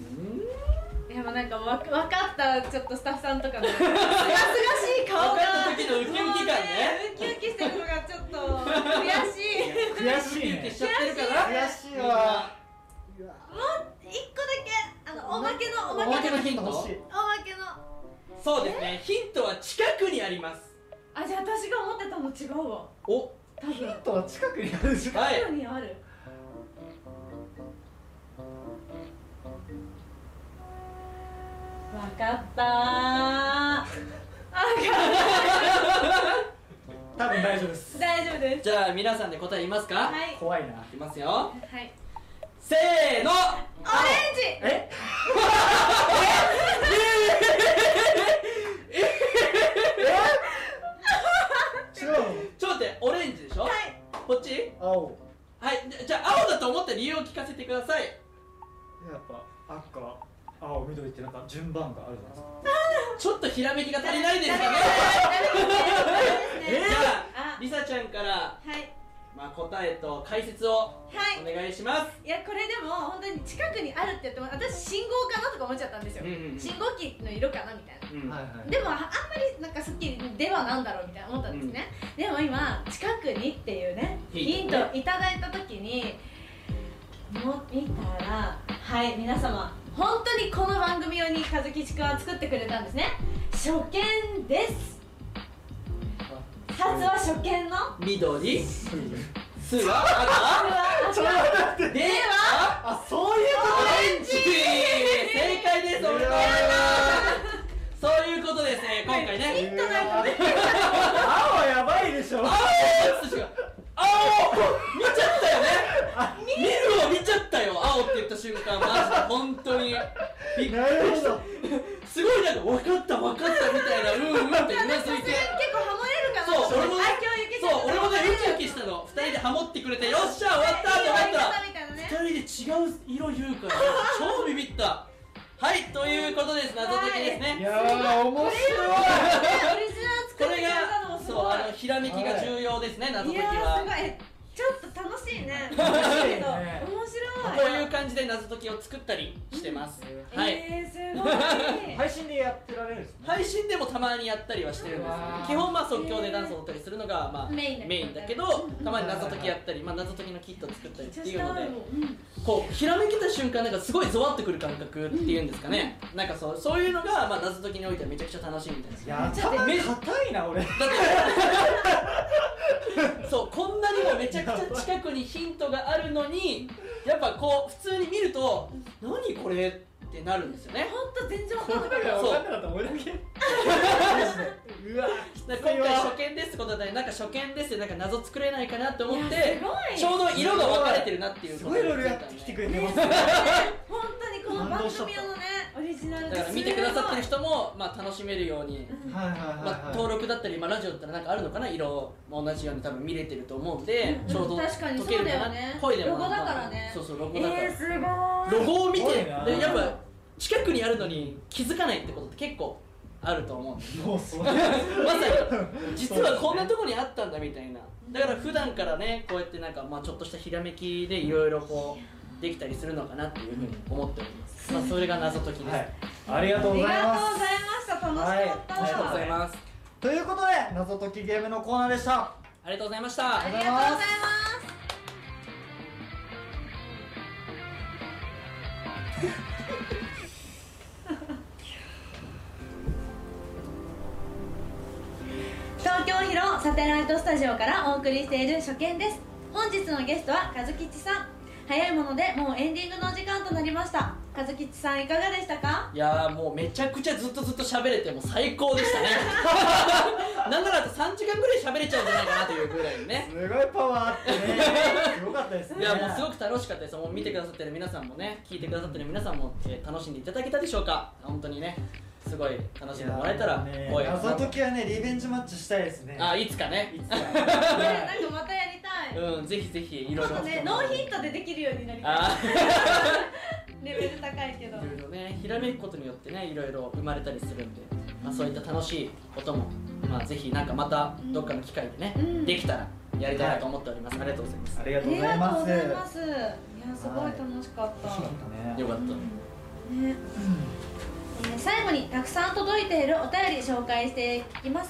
いやもうなんか分かったちょっとスタッフさんとかのすがすがしい顔が分かった時のウキウキ感ねウキウキしてるのがちょっと悔しい悔しいね。 ウキウキしちゃってるかな。 悔しいわ。 もう一個だけおまけのおまけのヒント。 おまけのそうですね。ヒントは近くにあります。 じゃあ私が思ってたの違うわ。 お、 多分ヒントは近くにあるじゃん。 はい。 近くにある。わかった多分大丈夫です。 大丈夫です。 じゃあ皆さんで答え言いますか。 はい。 怖いな。 いきますよ。 はい。 せーの。 オレンジ。 え？違うの？ ちょっと待って、オレンジでしょ。はい。こっち？ 青。 はい。じゃあ青だと思った理由を聞かせてください。 やっぱ赤、青、緑ってなんか順番があるじゃないですか。 ちょっとひらめきが足りないですかね。じゃありさちゃんからはい。 まあ答えと解説をお願いします。 いやこれでも本当に近くにあるって言っても私信号かなとか思っちゃったんですよ。信号機の色かなみたいな。でもあんまりなんかすっきりではなんだろうみたいな思ったんですね。でも今近くにっていうねヒントいただいた時にもう見たらはい皆様本当にこの番組用に和吉くんは作ってくれたんですね。初見です。初は初見の緑、すは赤、 ちょっと待って。 ではそういうオレンジ。正解です。おめでとうございます。そういうことですね。今回ね。 ヒントなんかね。 青やばいでしょ。 青見ちゃったよね。見るを見ちゃったよ。青って言った瞬間マジで本当にびっくりした。すごいなんか分かったみたいなってうなずいて。 結構ハモれるかな。 そう俺もねウキウキしたの。2人でハモってくれてよっしゃ終わったと思ったら2人で違う色言うから超ビビった。はいということです。謎解きですね。 いやー面白い。 オリジナル作ってくれたのもすごい。 ひらめきが重要ですね。謎解きは。 ちょっと楽しいね。面白い。 こういう感じで謎解きを作ったりしてます。はい。 すごい。 配信でやってられるんですね。 配信でもたまにやったりはしてるんですよ。基本即興でダンスを踊ったりするのがメインだけど、たまに謎解きやったり、謎解きのキットを作ったりっていうので、こうひらめきた瞬間なんかすごいゾワッとくる感覚っていうんですかね。なんかそういうのが謎解きにおいてはめちゃくちゃ楽しいみたいな。 いや硬いな俺。だってそうこんなにもめちゃくちゃ近くにヒントがあるのにやっぱこう普通に見ると何これってなるんですよね。 本当全然分かんなかった。 分かんなかった俺だけ。うわ今回初見ですってことでなんか初見ですってなんか謎作れないかなって思ってちょうど色が分かれてるなっていうことすごいいろいろやってきてくれてますね。 本当にこの番組用のねオリジナルだから見てくださってる人も楽しめるように登録だったりラジオだったらなんかあるのかな色も同じように多分見れてると思うんでちょうど解けるかな。声でもロゴだからね。 そうロゴだからすごい。 ロゴを見てやっぱ近くにあるのに気づかないってことって結構あると思うんです。 もうそうまさに実はこんなところにあったんだみたいな。だから普段からねこうやってなんかちょっとしたひらめきでいろいろこうできたりするのかなっていうふうに思っております。それが謎解きです。 ありがとうございます。 ありがとうございました。楽しかった。 ありがとうございます。 ということで謎解きゲームのコーナーでした。 ありがとうございました。 ありがとうございます。東京広サテライトスタジオからお送りしている初見です。本日のゲストは和吉さん。早いものでもうエンディングの時間となりました。和吉さんいかがでしたか？ いやーもうめちゃくちゃずっと喋れても最高でしたね。なんならあと3時間ぐらい喋れちゃうんじゃないかなというぐらいね。 すごいパワーあってね。すごかったですね。 いやもうすごく楽しかったです。もう見てくださってる皆さんもね聞いてくださってる皆さんも、楽しんでいただけたでしょうか。本当にねすごい楽しんでもらえたら光栄かなと。 謎解きはねリベンジマッチしたいですね。 いつかね。 いつか。 なんかまたやりたい。 ぜひぜひいろいろねノーヒントでできるようになりたい。レベル高いけど。 いろいろねひらめくことによってねいろいろ生まれたりするんで、そういった楽しいこともぜひなんかままたどっかの機会でねできたらやりたいなと思っております。ありがとうございます。 ありがとうございます。 いやすごい楽しかった。 よかった。 最後にたくさん届いているお便り紹介していきます。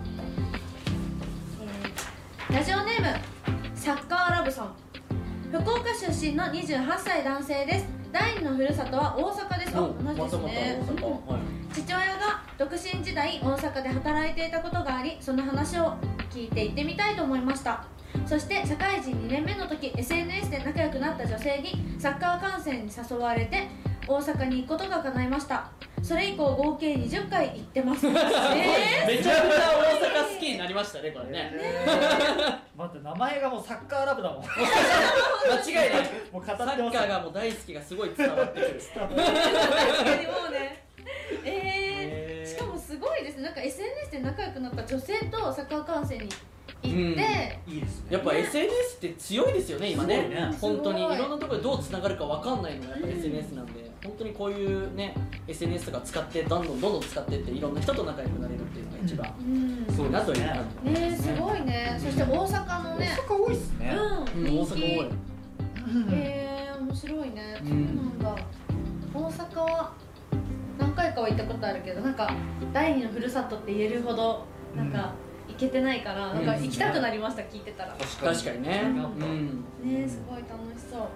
ラジオネームサッカーラブさん。福岡出身の28歳男性です。第二のふるさとは大阪です。同じですね。父親が独身時代大阪で働いていたことがあり、その話を聞いて行ってみたいと思いました。そして社会人2年目の時 SNS で仲良くなった女性にサッカー観戦に誘われて大阪に行くことが叶いました。それ以降合計20回行ってます。 めちゃくちゃ大阪好きになりましたね、これね。 待って、名前がもうサッカーラブだもん。 間違いない。 もう語ってサッカーがもう大好きがすごい伝わってくる。 確かにもうね。しかもすごいですね。なんか SNS で仲良くなった女性とサッカー観戦に行って、 いいですね。 やっぱ SNS って強いですよね、今ね。本当にいろんなところでどうつながるかわかんないのがやっぱ SNS なんで、本当にこういうね SNS とか使ってどんどん使ってっていろんな人と仲良くなれるっていうのが一番そうなという感じね。すごいね。そして大阪のね、 大阪多いっすね。 大阪多い。 面白いね。そうなんだ。大阪は何回かは行ったことあるけど、なんか第二のふるさとって言えるほどなんか行けてないから、なんか行きたくなりました。聞いてたら。 確かにね。 ね、すごい楽しそう。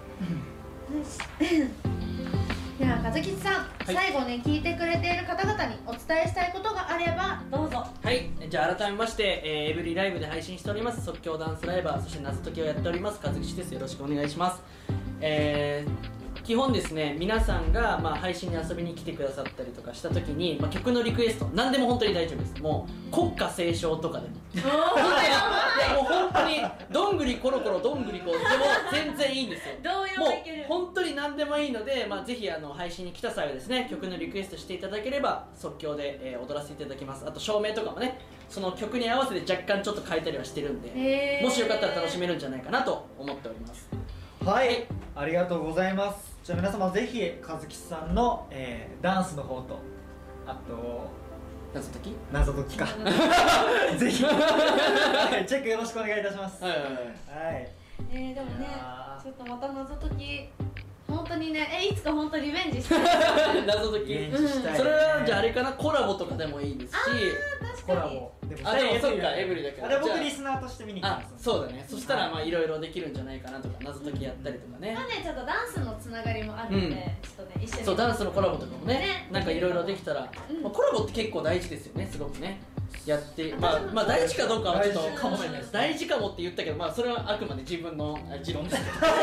では和吉さん、最後ね聞いてくれている方々にお伝えしたいことがあればどうぞ。 はい、じゃあ改めまして、エブリライブで配信しております即興ダンスライバー、そして謎解きをやっております和吉です。よろしくお願いします。基本ですね、皆さんが、配信に遊びに来てくださったりとかした時に、曲のリクエスト何でも本当に大丈夫です。もう国歌斉唱とかでもいやもう本当にどんぐりコロコロどんぐりこでも全然いいんですよ。 どういうもいける。 もう本当に何でもいいので、ぜひ配信に来た際はですね、曲のリクエストしていただければ即興で、踊らせていただきます。あと照明とかもね、その曲に合わせて若干ちょっと変えたりはしてるんで、もしよかったら楽しめるんじゃないかなと思っております。 はい、ありがとうございます。じゃあ皆様ぜひ和吉さんの、ダンスの方と、あと謎解きかぜひチェックよろしくお願いいたします。はい。 でもね、ちょっとまた謎解き本当にね、いつか本当リベンジしたい謎解き、それはじゃああれかな、コラボとかでもいいですし、 コラボでもそうか、エブリだからあれ僕リスナーとして見に行きます。 そうだね。そしたらいろいろできるんじゃないかなとか、謎解きやったりとかね。 ちょっとダンスのつながりもあるので、ちょっとね一緒に、 そう、ダンスのコラボとかもね、なんかいろいろできたら、コラボって結構大事ですよね、すごくね。やって大事かどうかはちょっとかもしれないです。大事かもって言ったけど、それはあくまで自分の持論です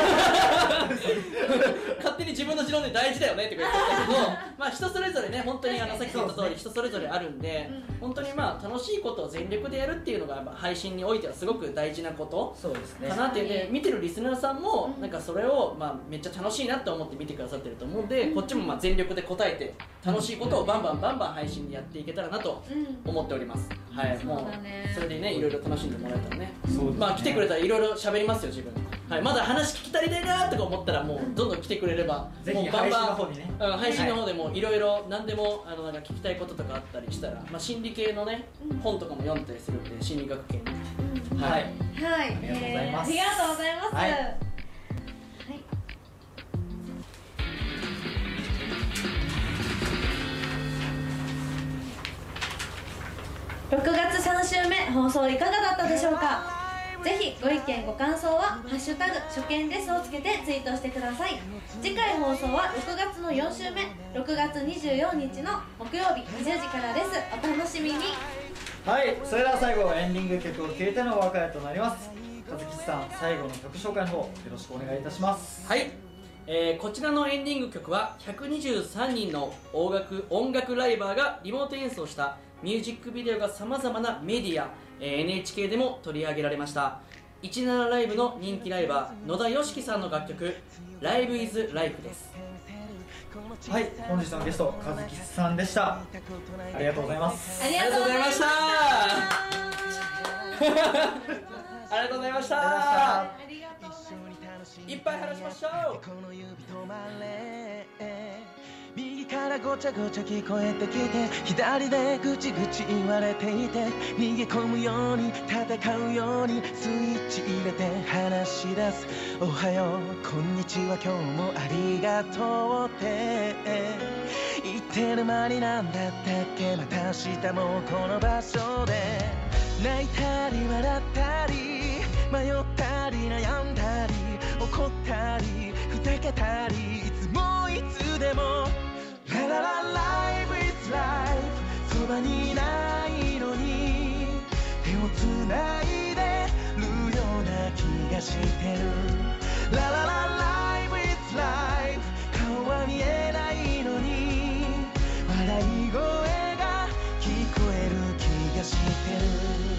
勝手に自分の持論で大事だよねって言ったけど、人それぞれね、本当にさっき言った通り人それぞれあるんで、本当に楽しいことを全力でやるっていうのがやっぱ配信においてはすごく大事なことかなっていうね。見てるリスナーさんもなんかそれをめっちゃ楽しいなって思って見てくださってると思うんで、こっちも全力で答えて楽しいことをバンバン配信でやっていけたらなと思っております。はい、もうそれでね、いろいろ楽しんでもらえたらね、来てくれたらいろいろ喋りますよ、自分。はい、まだ話聞き足りないなとか思ったら、もうどんどん来てくれれば、もうバンバン配信の方でもいろいろ何でもなんか聞きたいこととかあったりしたら、心理系のね本とかも読んだりするんで、心理学系の。はい、 ありがとうございます。ありがとうございます。6月3週目放送いかがだったでしょうか。ぜひご意見ご感想はハッシュタグ初見ですをつけてツイートしてください。次回放送は6月の4週目、6月24日の木曜日20時からです。お楽しみに。 はい、それでは最後エンディング曲を聴いてのお別れとなります。和吉さん、最後の曲紹介の方よろしくお願いいたします。 はい、こちらのエンディング曲は123人の音楽ライバーがリモート演奏したミュージックビデオがさまざまなメディア、NHK でも取り上げられました17ライブの人気ライバー野田佳樹さんの楽曲「Live is Life」です。 はい、本日のゲスト和吉さんでした。ありがとうございます。 ありがとうございました。 ありがとうございました。いっぱい話しましょう。 からごちゃごちゃ聞こえてきて、左でぐちぐち言われていて、逃げ込むように戦うようにスイッチ入れて話し出す。おはようこんにちは今日もありがとうって言ってる間になんだったっけ、また明日もこの場所で泣いたり笑ったり迷ったり悩んだり怒ったりふざけたり、いつもいつでもラララライブ is life、 そばにいないのに手をつないでるような気がしてる。ラララライブ is life、 顔は見えないのに笑い声が聞こえる気がしてる。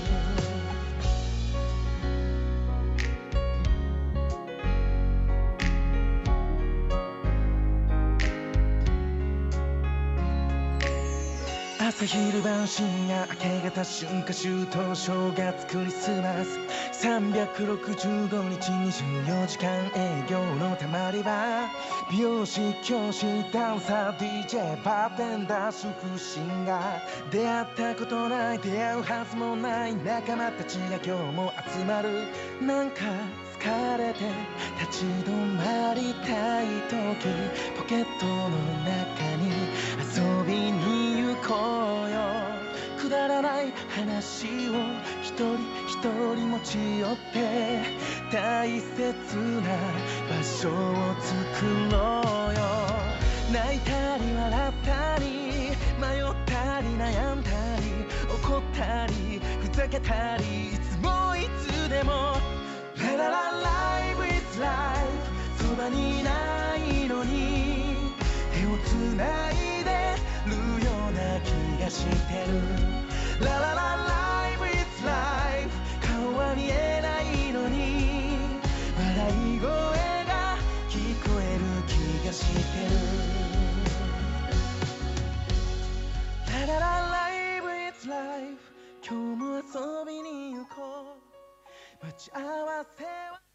朝昼晩深夜明け方春夏秋冬正月クリスマス365日24時間営業のたまり場、美容師教師ダンサー DJ バーテンダー主婦シンガー、出会ったことない出会うはずもない仲間たちが今日も集まる。なんか疲れて立ち止まりたい時、ポケットの中に遊びに行こうよ。くだらない話を一人一人持ち寄って大切な場所を作ろうよ。泣いたり笑ったり迷ったり悩んだり怒ったりふざけたり、いつもいつでもラララライブ is life、 そばにいないのに手をつないでるような気がしてる。ラララライブ is life、 顔は見えないのに笑い声が聞こえる気がしてる。ラララライブ is life、 今日も遊びに行こう。待ち合わせは